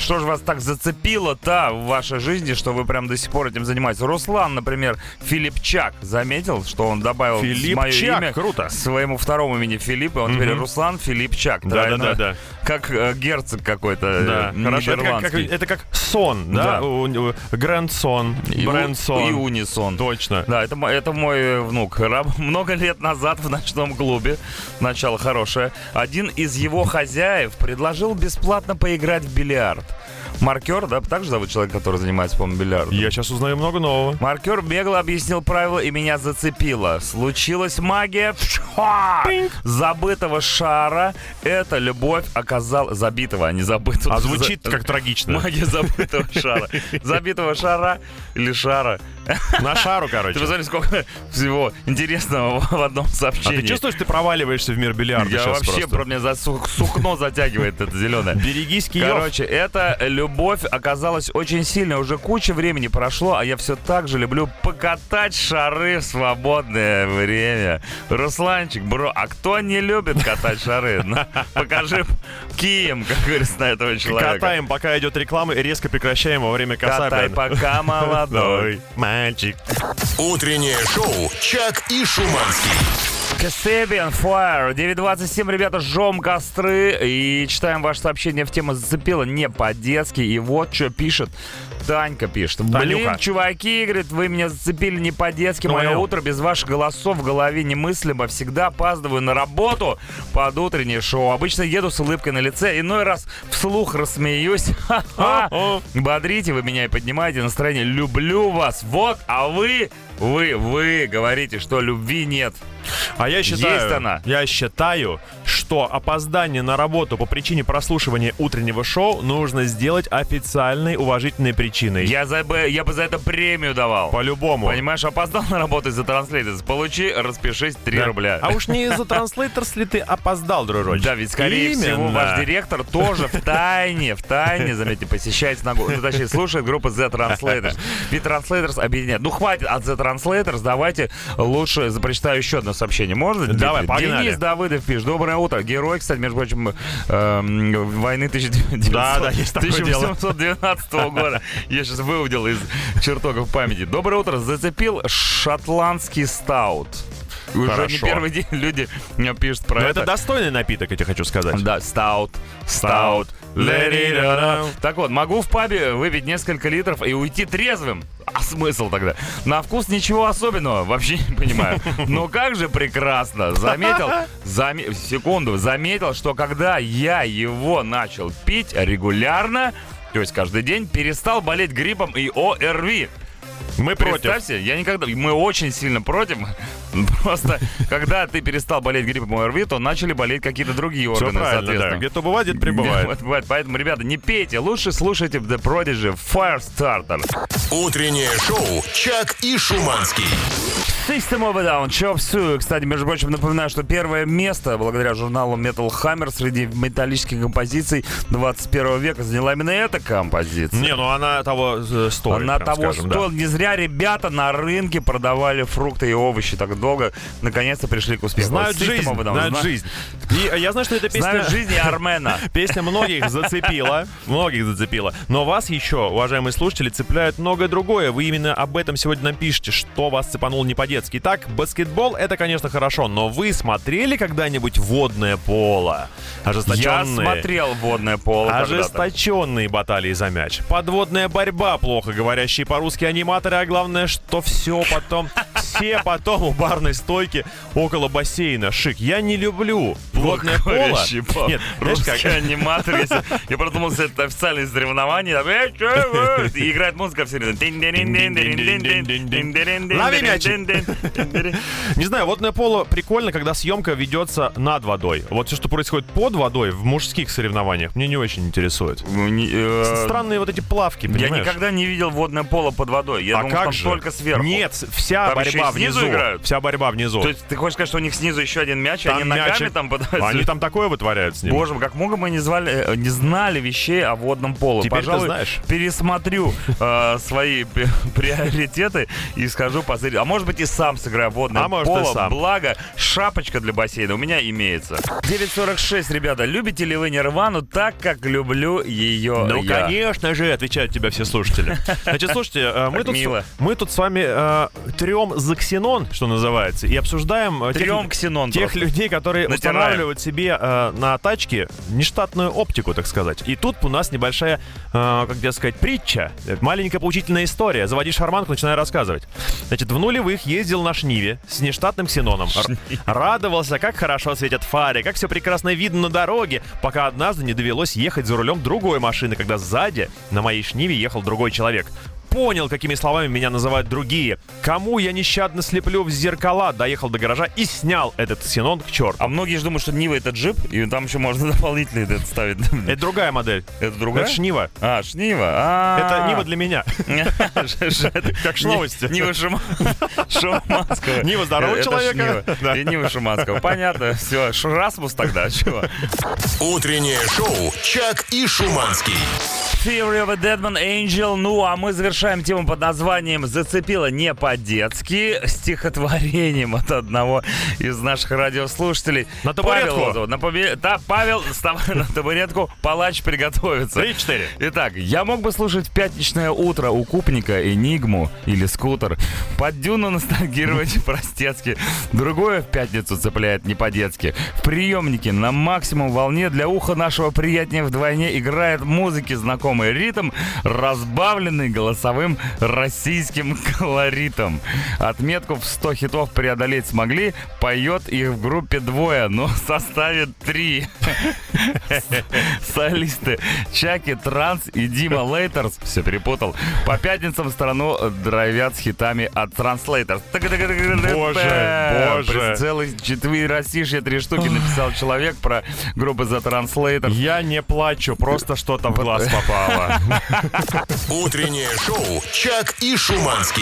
так зацепило-то в вашей жизни, что вы прям до сих пор этим занимаетесь? Руслан, например, Филипчак заметил, что он добавил мое имя круто. к своему второму имени Филипп, и он теперь Руслан Филипчак. Да-да-да. Как э, герцог какой-то Да, э, хорошо. Это как, как, это как сон, да? Да. Грандсон, Брэнсон. И унисон. Точно. Да, это, мо- это мой внук. Раб- Много лет назад в ночном клубе, начало хорошее, один из его хозяев предложил бесплатно поиграть в биллиард. Маркер, да, так же зовут человека, который занимается, по-моему, бильярдом. Я сейчас узнаю много нового. Маркер бегло объяснил правила, и меня зацепило. Случилась магия забытого шара. Эта любовь оказалась... Забитого, а не забытого. А звучит как трагично. Магия забытого шара. Забитого шара или шара. На шару, короче. Ты посмотри, сколько всего интересного в одном А сообщении. ты чувствуешь, ты проваливаешься в мир бильярда Я сейчас вообще, просто. про меня за су- сукно затягивает это зеленое. Берегись, Киев. Короче, эта любовь оказалась очень сильной. Уже куча времени прошло, а я все так же люблю покатать шары в свободное время. Русланчик, бро, а кто не любит катать шары? Ну, покажи кием, как говорится, на этого человека. Катаем, пока идет реклама, и резко прекращаем во время коса. Катай, пока молодой. Мальчик. Утреннее шоу «Чак и Шуманский». Kasabian Fire. девять двадцать семь, ребята, жжем костры и читаем ваше сообщение в тему «Зацепило» не по-детски. И вот что пишет. Танька пишет. Блин, Танюха. чуваки, говорит, вы меня зацепили не по-детски. Ну, Мое понял. утро без ваших голосов в голове немыслимо. Всегда опаздываю на работу под утреннее шоу. Обычно еду с улыбкой на лице. Иной раз вслух рассмеюсь. Ха-ха. О-о. Бодрите вы меня и поднимаете настроение. Люблю вас. Вот, а вы, вы, вы говорите, что любви нет. А я считаю, Есть она. я считаю, что опоздание на работу по причине прослушивания утреннего шоу нужно сделать официальной уважительной причиной. Я, за, бы- я бы за это премию давал. По-любому. Понимаешь, опоздал на работу из-за транслейтерс. Получи, распишись, три Да. рубля. А уж не из-за транслейтерс ли ты опоздал, дружочек? Да, ведь, скорее всего, Именно. ваш директор тоже в тайне, в тайне, заметьте, посещает синагогу. Ну, точнее, слушает группу The Translators. Ведь Translators объединяет. Ну, хватит от The Translators, давайте лучше прочитаю еще одно сообщение. Можно? Давай, Денис погнали. Денис Давыдов пишет. Доброе утро. Герой, кстати, между прочим, эм, войны тысяча девятьсот Да, да, есть такое тысяча дело. восемьсот двенадцатого года. Я сейчас выудил из чертогов памяти. Доброе утро. Зацепил шотландский стаут. Уже Хорошо. не первый день люди мне пишут про Но это. это достойный напиток, я тебе хочу сказать. Да, стаут, стаут. Let it out. Так вот, могу в пабе выпить несколько литров и уйти трезвым. А смысл тогда? На вкус ничего особенного, вообще не понимаю. Но как же прекрасно. Заметил, заме- секунду, заметил, что когда я его начал пить регулярно, то есть каждый день, перестал болеть гриппом и ОРВИ. Мы против. Представьте, я никогда... Мы очень сильно против. Просто, когда ты перестал болеть гриппом и ОРВИ, то начали болеть какие-то другие Все органы, правильно, да. соответственно. Где-то бывает, где-то прибывает. Вот бывает. Поэтому, ребята, не пейте. Лучше слушайте The Prodigy Firestarter. Утреннее шоу «Чак и Шуманский». System of a Down, Chop Suey. Кстати, между прочим, напоминаю, что первое место, благодаря журналу Metal Hammer, среди металлических композиций двадцать первого века заняла именно эта композиция. Не, ну она того э, стоит, Она прям того скажем, стоила. да. Не зря ребята на рынке продавали фрукты и овощи так долго. Наконец-то пришли к успеху. Знают System жизнь, of a Down. знают Зна- жизнь. И я знаю, что эта песня... Знают жизнь и Армена. Песня многих зацепила, многих зацепила. Но вас еще, уважаемые слушатели, цепляет многое другое. Вы именно об этом сегодня нам пишете, что вас цепануло не по-детски. Итак, баскетбол — это, конечно, хорошо, но вы смотрели когда-нибудь водное поло? Я Ожесточенные... смотрел «Водное поло» когда-то. Ожесточенные баталии за мяч. Подводная борьба, плохо говорящие по-русски аниматоры, а главное, что все потом, все потом у барной стойки около бассейна. Шик. Я не люблю водное поло. Говорящий по- Нет, знаешь как? русский аниматор. если- Я продумал, что это официальное соревнование. там, «Э, чё вы?» И играет музыка все время. Лови мячик. Не знаю, водное поло прикольно, когда съемка ведется над водой. Вот все, что происходит под водой в мужских соревнованиях, мне не очень интересует. Ну, не, э, Странные вот эти плавки, Я понимаешь? никогда не видел водное поло под водой. Я А думал, как там же? только сверху. Нет, вся Там еще борьба борьба снизу внизу. играют? Вся борьба внизу. То есть ты хочешь сказать, что у них снизу еще один мяч, и Там они ногами мячик. там пытаются... Они там такое вытворяют с ним. Боже мой, как много мы не, звали, э, не знали вещей о водном поло. Теперь Пожалуй, ты знаешь. пересмотрю э, свои пи- приоритеты и скажу посмотреть. А может быть и сам сыграю в водное А может, поло. и сам. Благо, шапочка для бассейна у меня имеется. девять сорок шесть, ребята. Любите ли вы Нирвану так, как люблю ее Ну, я? конечно же, отвечают тебе все слушатели. Значит, слушайте, э, мы Как тут, мило. с- мы тут с вами э, трем за ксенон, что называется, и обсуждаем э, тех, Трем ксенон тех просто. людей, которые Натираем. устанавливают себе э, на тачке нештатную оптику, так сказать. И тут у нас небольшая, э, как тебе сказать, притча, э, маленькая поучительная история. Заводи шарманку, начинай рассказывать. Значит, в нулевых ездил на Шниве с нештатным ксеноном. Р- радовался, как хорошо светят фары, как все прекрасно видно на дороге, пока однажды не довелось ехать за рулем другой машины, когда сзади на моей Шниве ехал другой человек. Понял, какими словами меня называют другие. Кому я нещадно слеплю в зеркала, доехал до гаража и снял этот ксенон к черту. А многие же думают, что Нива это джип, и там еще можно дополнительный это ставить. Это другая модель. Это другая? Это Шнива. А, Шнива. А. Это Нива для меня. Как ж новости. Нива Шума- Шуманского. Нива здорового Это человека. Шнива. Да. И Нива Шуманского. Понятно. Все. Расмус тогда. Чего? Утреннее шоу «Чак и Шуманский». Theory of a Deadman Angel. Ну, а мы завершаем тему под названием «Зацепило не по-детски» стихотворением от одного из наших радиослушателей. На табуретку. Павел зовут. На побе- Да, Павел, вставай на табуретку, палач приготовится. Три-четыре. Итак, я мог бы слушать в пятничное утро у Купника Энигму или Скутер, под Дюну ностальгировать простецки. Другое в пятницу цепляет не по-детски. В приемнике на максимум волне для уха нашего приятнее вдвойне играет музыки знакомый ритм, разбавленный голосовым российским колоритом. Отметку в сто хитов преодолеть смогли, поет их в группе двое, но в составе три. Солисты Чаки, Транс и Дима Лейтерс. Все перепутал. По пятницам страну дровят с хитами от Транслейтер. Боже, боже. Целых четыре Россишья, три штуки написал человек про группы The Translator. Я не плачу, просто что-то в глаз попало. Утреннее шоу «Чак и Шуманский».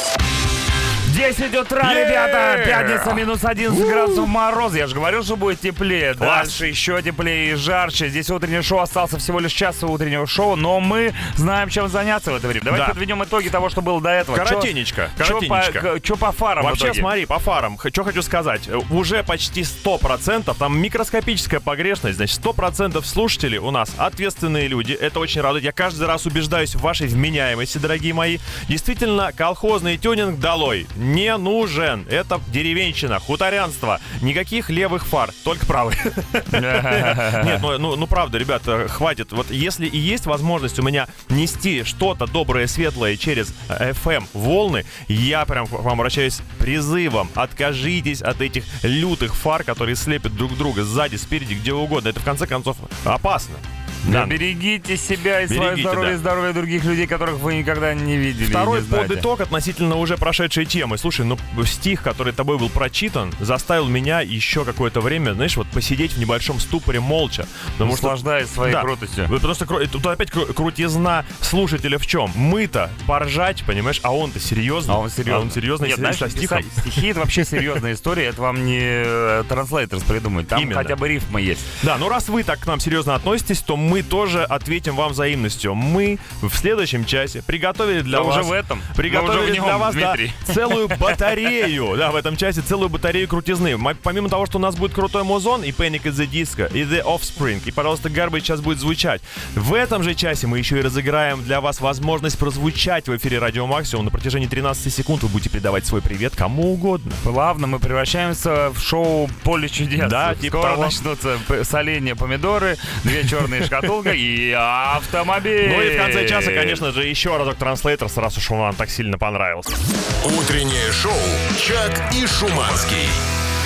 десять утра, Yeah! ребята! Пятница, минус одиннадцать градусов мороз. Я же говорил, что будет теплее. Класс. Дальше еще теплее и жарче. Здесь утреннее шоу. Остался всего лишь час утреннего шоу, но мы знаем, чем заняться в это время. Давайте Да. подведем итоги того, что было до этого. Коротенечко, Чё- чё коротенечко. по, чё по фарам в Вообще, итоге? смотри, по фарам, что хочу сказать. Уже почти сто процентов, там микроскопическая погрешность, значит, сто процентов слушателей у нас ответственные люди. Это очень радует. Я каждый раз убеждаюсь в вашей вменяемости, дорогие мои. Действительно, колхозный тюнинг долой. Не нужен. Это деревенщина, хуторянство. Никаких левых фар, только правые. Нет, ну, ну, ну правда, ребята, хватит. Вот если и есть возможность у меня нести что-то доброе, светлое через эф эм волны, я прям к вам обращаюсь призывом. Откажитесь от этих лютых фар, которые слепят друг друга сзади, спереди, где угодно. Это в конце концов опасно. Да, Да. берегите себя и свое Берегите, здоровье, да. и здоровье других людей, которых вы никогда не видели. и Второй не знаете. подытог относительно уже прошедшей темы. Слушай, ну стих, который тобой был прочитан, заставил меня еще какое-то время, знаешь, вот посидеть в небольшом ступоре молча. Потому что Наслаждаясь своей Да. крутостью. Вот Просто кру- тут опять кру- крутизна слушателя в чем? Мы-то поржать, понимаешь, а он-то серьезно. А он серьезно. А он серьезно и Нет, с- знаешь, со стихом. писать стихи — это вообще серьезная история. Это вам не транслейтерс придумать. Там Именно. хотя бы рифмы есть. Да, ну раз вы так к нам серьезно относитесь, то мы тоже ответим вам взаимностью. Мы в следующем часе приготовили для Да вас... уже в этом. Приготовили Мы уже в нем, для вас, да, Дмитрий. целую батарею. Да, в этом часе целую батарею крутизны. М- Помимо того, что у нас будет крутой музон, и Panic at the Disco, и The Offspring, и, пожалуйста, Garbage сейчас будет звучать. В этом же часе мы еще и разыграем для вас возможность прозвучать в эфире Радио Максимум. На протяжении тринадцати секунд вы будете передавать свой привет кому угодно. Плавно мы превращаемся в шоу «Поле чудес». Да, типа Скоро того. начнутся п- соленья, помидоры, две черные шкатулка и автомобиль. Ну и в конце часа, конечно же, еще разок Транслейтер, раз уж он вам так сильно понравился. Утреннее шоу «Чак и Шуманский».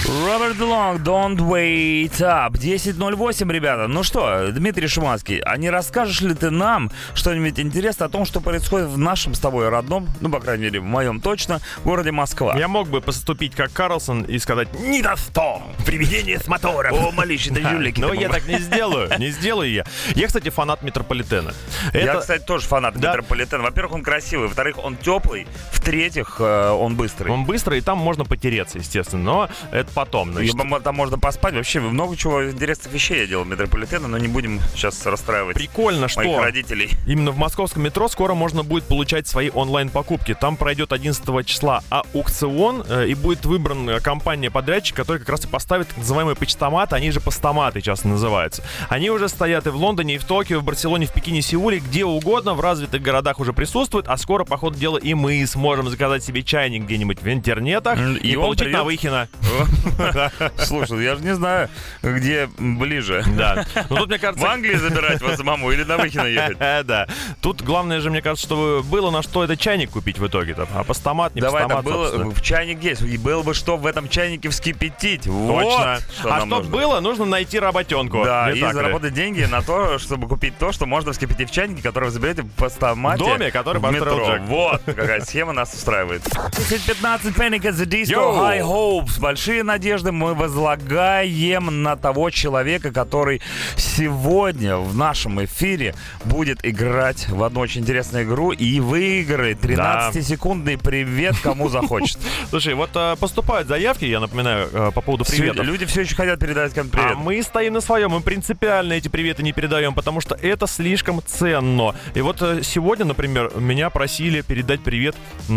Роберт Лонг, Don't Wait Up. десять ноль восемь, ребята. Ну что, Дмитрий Шуманский, а не расскажешь ли ты нам что-нибудь интересное о том, что происходит в нашем с тобой родном, ну, по крайней мере, в моем точно, городе Москва? Я мог бы поступить как Карлсон и сказать «Не до сто! Привидение с мотором!» О, малыш, это жулики. Но я так не сделаю, не сделаю я. Я, кстати, фанат метрополитена. Я, кстати, тоже фанат метрополитена. Во-первых, он красивый, во-вторых, он теплый, в-третьих, он быстрый. Он быстрый, и там можно потереться, естественно, но это потом. Значит. Там можно поспать. Вообще много чего интересных вещей я делал в метрополитене, но не будем сейчас расстраивать Прикольно, моих что родителей. Именно в московском метро скоро можно будет получать свои онлайн-покупки. Там пройдет одиннадцатого числа аукцион, э, и будет выбран компания-подрядчик, которая как раз и поставит так называемые почтоматы, они же постоматы часто называются. Они уже стоят и в Лондоне, и в Токио, в Барселоне, в Пекине, Сеуле, где угодно, в развитых городах уже присутствуют, а скоро, по ходу дела, и мы сможем заказать себе чайник где-нибудь в интернетах и, и получить придет... на Выхино. Слушай, я же не знаю, где ближе. Да. Но тут, мне кажется... В Англии забирать вас самому или на Выхино ехать? Да. Тут главное же, мне кажется, чтобы было на что этот чайник купить в итоге-то. А постомат, не Давай, постомат, было, в чайник есть. И было бы что в этом чайнике вскипятить. Точно. Вот, что а чтобы нужно. было, нужно найти работенку. Да, не и заработать ли? деньги на то, чтобы купить то, что можно вскипятить в чайнике, который вы заберете в постомате. В доме, который в метро. Джек. Вот, какая схема нас устраивает. десять пятнадцать Panic at the Disco, Yo. High Hopes. Большие надежды мы возлагаем на того человека, который сегодня в нашем эфире будет играть в одну очень интересную игру и выиграет тринадцатисекундный привет, кому захочет. Слушай, вот поступают заявки, я напоминаю, по поводу приветов. Люди все еще хотят передать кому-то привет. А мы стоим на своем, мы принципиально эти приветы не передаем, потому что это слишком ценно. И вот сегодня, например, меня просили передать привет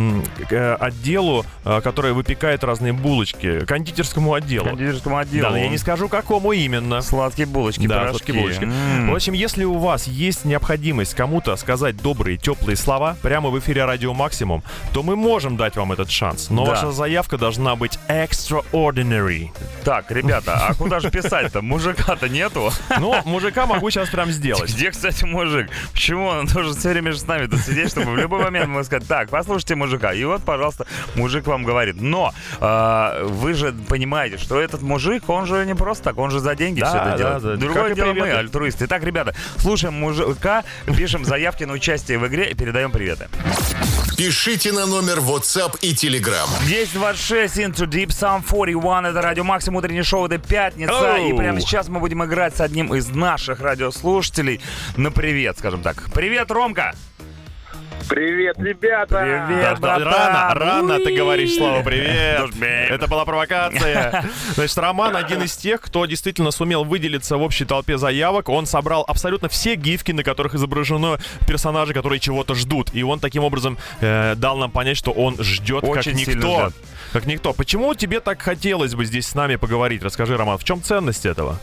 отделу, который выпекает разные булочки, кондитерскому отделу. Кондитерскому отделу. Да, я не скажу, какому именно. Сладкие булочки, да, пирожки. сладкие булочки. Mm. В общем, если у вас есть необходимость кому-то сказать добрые, теплые слова прямо в эфире Радио Максимум, то мы можем дать вам этот шанс. Но да. ваша заявка должна быть extraordinary. Так, ребята, а куда же писать-то? Мужика-то нету. Ну, мужика могу сейчас прям сделать. Где, кстати, мужик? Почему он должен все время же с нами тут сидеть, чтобы в любой момент мы сказать: так, послушайте мужика. И вот, пожалуйста, мужик вам говорит. Но э, вы же понимаете, что этот мужик, он же не просто так, он же за деньги да, все это да, делает. Да, Другое дело мы, альтруисты. Итак, ребята, слушаем мужика, пишем заявки на участие в игре и передаем приветы. Пишите на номер WhatsApp и Telegram. десять двадцать шесть Into Deep Sum сорок один. Это Радио Максимум, утреннее шоу, это пятница. Oh. И прямо сейчас мы будем играть с одним из наших радиослушателей на привет, скажем так. Привет, Ромка! Привет, ребята! Привет, да, рано, рано Уи! ты говоришь слово «привет». Это была провокация. Значит, Роман один из тех, кто действительно сумел выделиться в общей толпе заявок. Он собрал абсолютно все гифки, на которых изображены персонажи, которые чего-то ждут. И он таким образом э, дал нам понять, что он ждет Очень как никто. ждет. Как никто. Почему тебе так хотелось бы здесь с нами поговорить? Расскажи, Роман, в чем ценность этого?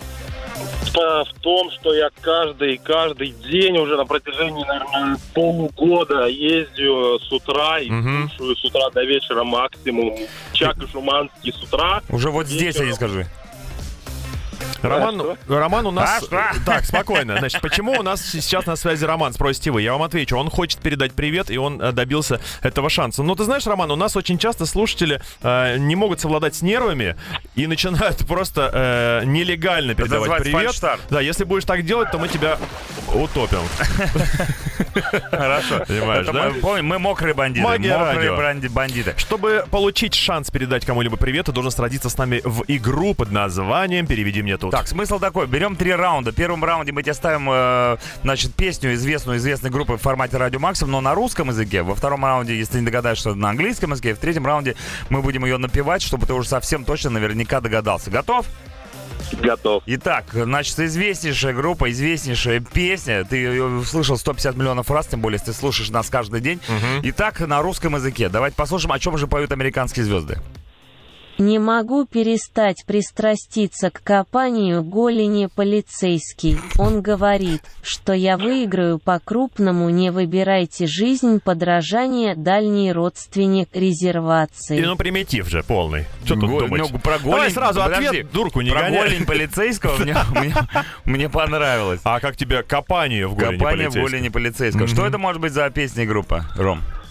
В том, что я каждый, каждый день уже на протяжении, наверное, полугода ездю с утра и Угу. слушаю с утра до вечера Максимум. Чак и Шуманский с утра. Уже вот здесь, вечером. я не скажи. Роман, Роман у нас... А, так, спокойно. Значит, почему у нас сейчас на связи Роман, спросите вы? Я вам отвечу. Он хочет передать привет, и он добился этого шанса. Но ты знаешь, Роман, у нас очень часто слушатели э, не могут совладать с нервами и начинают просто э, нелегально передавать привет. Фальштарт. Да, если будешь так делать, то мы тебя утопим. Хорошо. Понимаешь, Это да? Мы, помним, мы мокрые бандиты. Магия мокрые радио. банди- бандиты. Чтобы получить шанс передать кому-либо привет, ты должен сразиться с нами в игру под названием «Переведи мне тут». Так, смысл такой. Берем три раунда. В первом раунде мы тебе ставим, э, значит, песню известную известной группы в формате Радио Максимум, но на русском языке. Во втором раунде, если не догадаешься, что это на английском языке. В третьем раунде мы будем ее напевать, чтобы ты уже совсем точно наверняка догадался. Готов? Готов. Итак, значит, известнейшая группа, известнейшая песня. Ты ее слышал сто пятьдесят миллионов раз, тем более, если ты слушаешь нас каждый день. Угу. Итак, на русском языке. Давайте послушаем, о чем же поют американские звезды. Не могу перестать пристраститься к копанию голени полицейский. Он говорит, что я выиграю по-крупному, не выбирайте жизнь, подражание, дальний родственник резервации. И ну примитив же полный. Что тут Го- думать? ну, про голень- Давай сразу Подожди. ответ, дурку не Про гоняй. голень полицейского мне, мне, мне понравилось. А как тебе копание в голени Копание в полицейского? голени полицейского. Мгм. Что это может быть за песня и группа, Ром?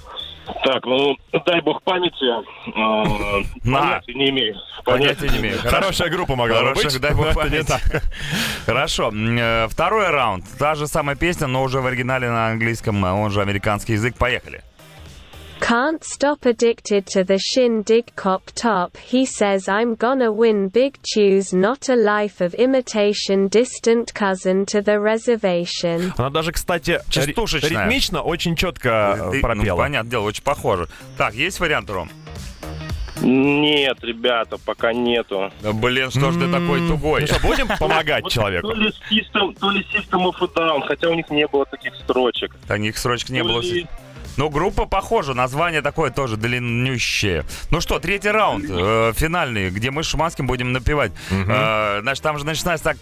Так, ну, дай бог памяти. Э, понятия не имею. Понятия не имею. Хорошая группа могла быть. Дай бог Это памяти. не так. Хорошо. Э, Второй раунд. Та же самая песня, но уже в оригинале на английском, он же американский язык. Поехали. Can't stop addicted to the shindig cop top. He says I'm gonna win big, choose not a life of imitation, distant cousin to the reservation. Она даже, кстати, Частушечная. ритмично очень четко Ты- пропела. Ну, понятное дело, очень похоже. Так, есть вариант, Ром? Нет, ребята, пока нету. Да, блин, что ж ты такой тугой? Ну что, будем помогать Вот человеку? То ли System, то ли System of a Down, хотя у них не было таких строчек. Таких строчек не То было. ли- Ну, группа похожа, название такое тоже длиннющее. Ну что, третий раунд, э, финальный, где мы с Шуманским будем напевать. Э, значит, там же начинается так.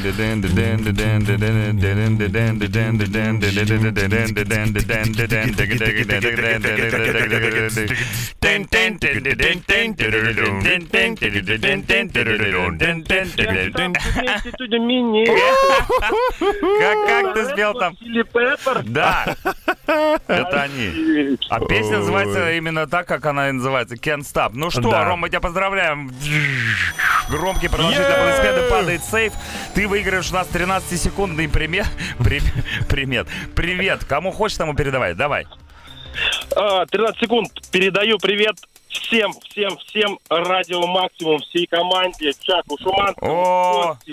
Как, как ты спел там? Чили Пеппер? Да, это они. А песня называется именно так, как она и называется, Can't Stop. Ну что, Да. Ром, мы тебя поздравляем. Громкий продолжительный аплодисменты, падает сейф. Ты выиграешь у нас тринадцатисекундный примет. При- Примет. Привет. Кому хочешь, тому передавай. Давай. А, тринадцать секунд. Передаю привет всем, всем, всем Радио Максимум, всей команде, Чаку, Шуманскому, О. Косте,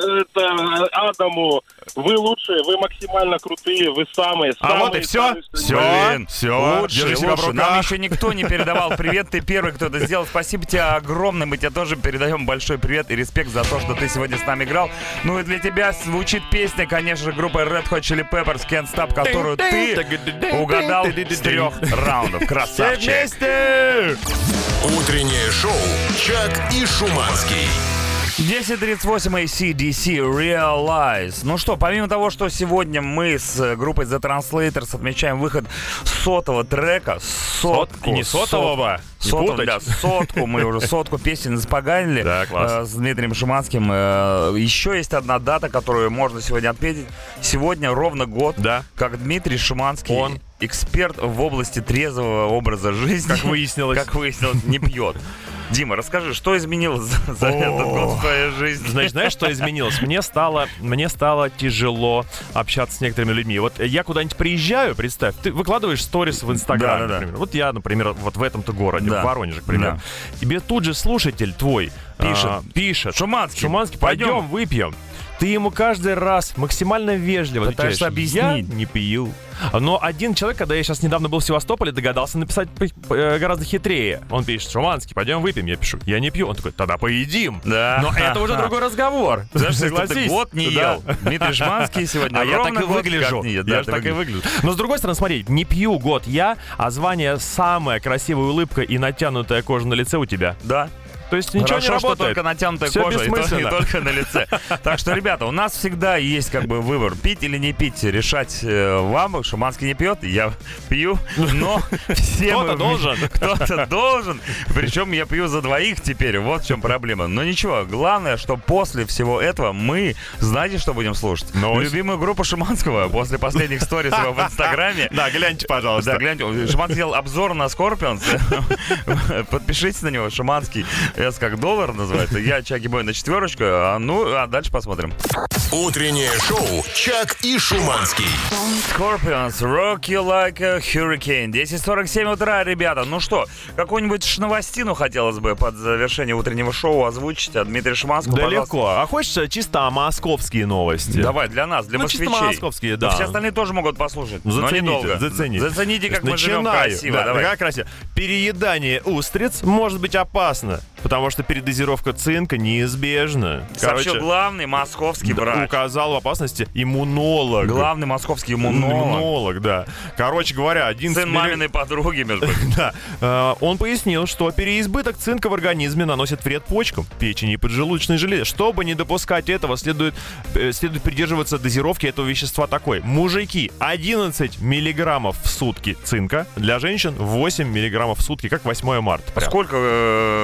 это Адаму. Вы лучшие, вы максимально крутые, вы самые, А самые. вот и все. самые, Все. Блин, Все. лучше, Держи себя в лучше. Нам руках. еще никто не передавал привет. Ты первый, кто это сделал. Спасибо тебе огромное. Мы тебе тоже передаем большой привет и респект за то, что ты сегодня с нами играл. Ну и для тебя звучит песня, конечно же, группы Red Hot Chili Peppers Can't Stop, которую ты угадал с трех раундов. Все Красавчик. вместе. Утреннее шоу «Чак и Шуманский». десять тридцать восемь эй си ди си Realize. Ну что, помимо того, что сегодня мы с группой The Translators отмечаем выход сотого трека, сотку, И не сотового. Не сотку, путать. да, сотку, мы уже сотку песен испоганили Да, класс. э, с Дмитрием Шуманским. Э, еще есть одна дата, которую можно сегодня отметить. Сегодня ровно год, Да. как Дмитрий Шуманский, Он. эксперт в области трезвого образа жизни, Как выяснилось. как выяснилось, не пьет. Дима, расскажи, что изменилось за, за этот год в твоей жизни? Значит, знаешь, что изменилось? Мне стало, мне стало тяжело общаться с некоторыми людьми. Вот я куда-нибудь приезжаю, представь, ты выкладываешь сторис в Инстаграме, Да-да-да. например. Вот я, например, вот в этом-то городе, Да. в Воронеже, к примеру. Тебе тут же слушатель твой Пишет. а, пишет. Шуманский, Шуманский, пойдем. пойдем, выпьем. Ты ему каждый раз максимально вежливо Пытаешься отвечаешь, объяснить. я не пил. Но один человек, когда я сейчас недавно был в Севастополе, догадался написать э, гораздо хитрее. Он пишет: Шуманский, пойдем выпьем. Я пишу: я не пью. Он такой: тогда поедим. Да. Но это уже другой разговор. Знаешь, если ты Согласись. год не Да. ел. Дмитрий Шуманский сегодня А я ровно так и год выгляжу. как не ел. Я Да, же ты так и выглядишь. выгляжу. Но с другой стороны, смотри, не пью год я, а звание самая красивая улыбка и натянутая кожа на лице у тебя. Да. То есть ничего Хорошо, не что работает. только натянутая Всё кожа и то- и бессмысленно. только на лице. Так что, ребята, у нас всегда есть как бы выбор, пить или не пить, решать э, вам. Шуманский не пьет, я пью, но все Кто-то мы- должен. Кто-то должен. Причем я пью за двоих теперь, вот в чем проблема. Но ничего, главное, что после всего этого мы, знаете, что будем слушать? Новость. Любимую группу Шуманского после последних сторис в Инстаграме. Да, гляньте, пожалуйста. Да, гляньте, Шуманский сделал обзор на Scorpions. Подпишитесь на него, Шуманский. S как доллар называется. Я Чаки Бой на четверочку. А, ну, а дальше посмотрим. Утреннее шоу «Чак и Шуманский». Scorpions, Rock You Like a Hurricane. десять сорок семь утра, ребята. Ну что, какую-нибудь шновостину хотелось бы под завершение утреннего шоу озвучить от Дмитрия Шуманского. Да пожалуйста. легко. А хочется чисто московские новости? Давай, для нас, для Ну, чисто москвичей. московские, Но да. все остальные тоже могут послушать, Ну, но зацените, недолго. зацените. Зацените, как мы живем Начинаю. красиво. Да, Давай. как красиво. Переедание устриц может быть опасно, потому что передозировка цинка неизбежна. Сообщил главный московский да, врач. указал в опасности иммунолог. Главный московский иммунолог. Иммунолог, да. Короче говоря, один Сын маминой подруги, между прочим. Да. Э, Он пояснил, что переизбыток цинка в организме наносит вред почкам, печени и поджелудочной железе. Чтобы не допускать этого, следует, э, следует придерживаться дозировки этого вещества такой. Мужики одиннадцать миллиграммов в сутки цинка, для женщин восемь миллиграммов в сутки, как восьмое марта. Прям. Сколько э, и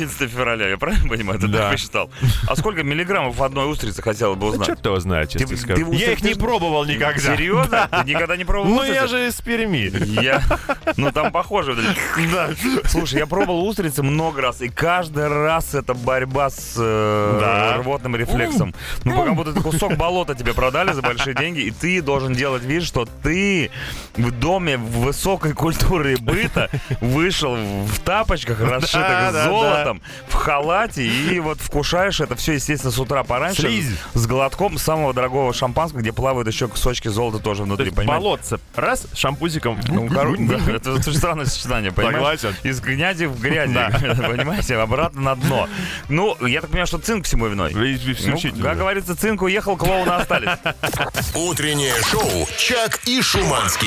одиннадцатого февраля, я правильно понимаю? Ты Да. так посчитал. А сколько миллиграммов в одной устрице хотел бы Ну, узнать? черт его знает, честно Ты- скажу. ты Я их не устрицы- пробовал никогда. Серьезно? Ты никогда не пробовал Ну, устрицы? я же из Перми. Я... Ну, там похоже. Да. Слушай, я пробовал устрицы много раз, и каждый раз это борьба с э, Да. рвотным рефлексом. Ну, как будто кусок болота тебе продали за большие деньги, и ты должен делать вид, что ты в доме высокой культуры и быта вышел в тапочках, расшитых Да, да, золотом, в халате, и вот вкушаешь это все, естественно, с утра пораньше. Слизь. С глотком самого дорогого шампанского, где плавают еще кусочки золота тоже То внутри, есть понимаешь? болотце. Раз, шампузиком. Ну, коро- да, это, это же странное сочетание, понимаешь? Согласен. Из грязи в грязи, Да. понимаете, обратно на дно. Ну, я так понимаю, что цинк всему виной. Вы- вы Ну, исключительно. как говорится, цинк уехал, клоуны остались. Утреннее шоу «Чак и Шуманский».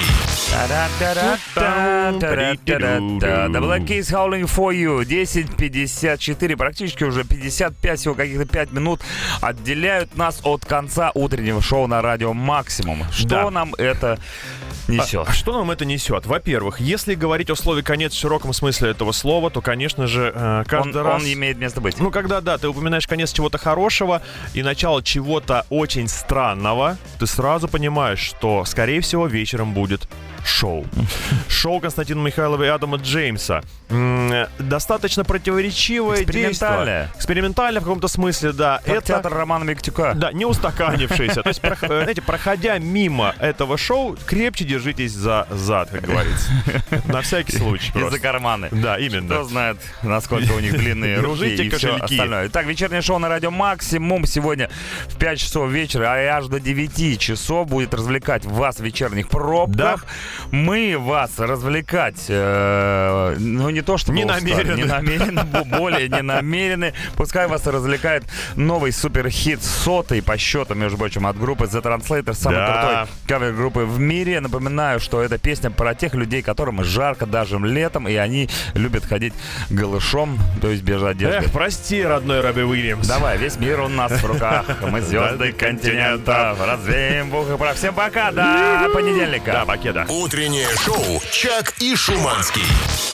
The Black Keys Howling for You. десять пятьдесят четыре, практически уже пятьдесят пять, всего каких-то пять минут отделяют нас от конца утреннего шоу на радио «Максимум». Что Да. нам это несет? А что нам это несет? Во-первых, если говорить о слове «конец» в широком смысле этого слова, то, конечно же, э, каждый Он, раз... он имеет место быть. Ну, когда, да, ты упоминаешь конец чего-то хорошего и начало чего-то очень странного, ты сразу понимаешь, что, скорее всего, вечером будет шоу. Шоу Константина Михайлова и Адама Джеймса. М, Достаточно противоречивое Экспериментальное. действие. Экспериментальное в каком-то смысле, да. Как Это... театр Романа Миктюка. Да, не устаканившийся. То есть, прох- э, знаете, проходя мимо этого шоу, крепче держитесь за зад, как говорится. На всякий случай И просто. за карманы. Да, именно. Кто знает, насколько у них длинные руки Держите и все кошельки. остальное. Итак, вечернее шоу на радио «Максимум» сегодня в пять часов вечера, а и аж до девяти часов будет развлекать вас в вечерних пробках. Мы вас развлекать, э, ну не то, что Не устали, намерены. не намерены, бо- более не намерены. Пускай вас развлекает новый суперхит, сотый по счету, между прочим, от группы The Translator, самой Да. крутой кавер-группы в мире. Напоминаю, что эта песня про тех людей, которым жарко даже летом, и они любят ходить голышом, то есть без одежды. Эх, прости, родной Робби Уильямс. Давай, весь мир у нас в руках. Мы звезды континентов. Развеем бух и прах. Всем пока, до понедельника. Да, покеда. Утреннее шоу «Чак и Шуманский».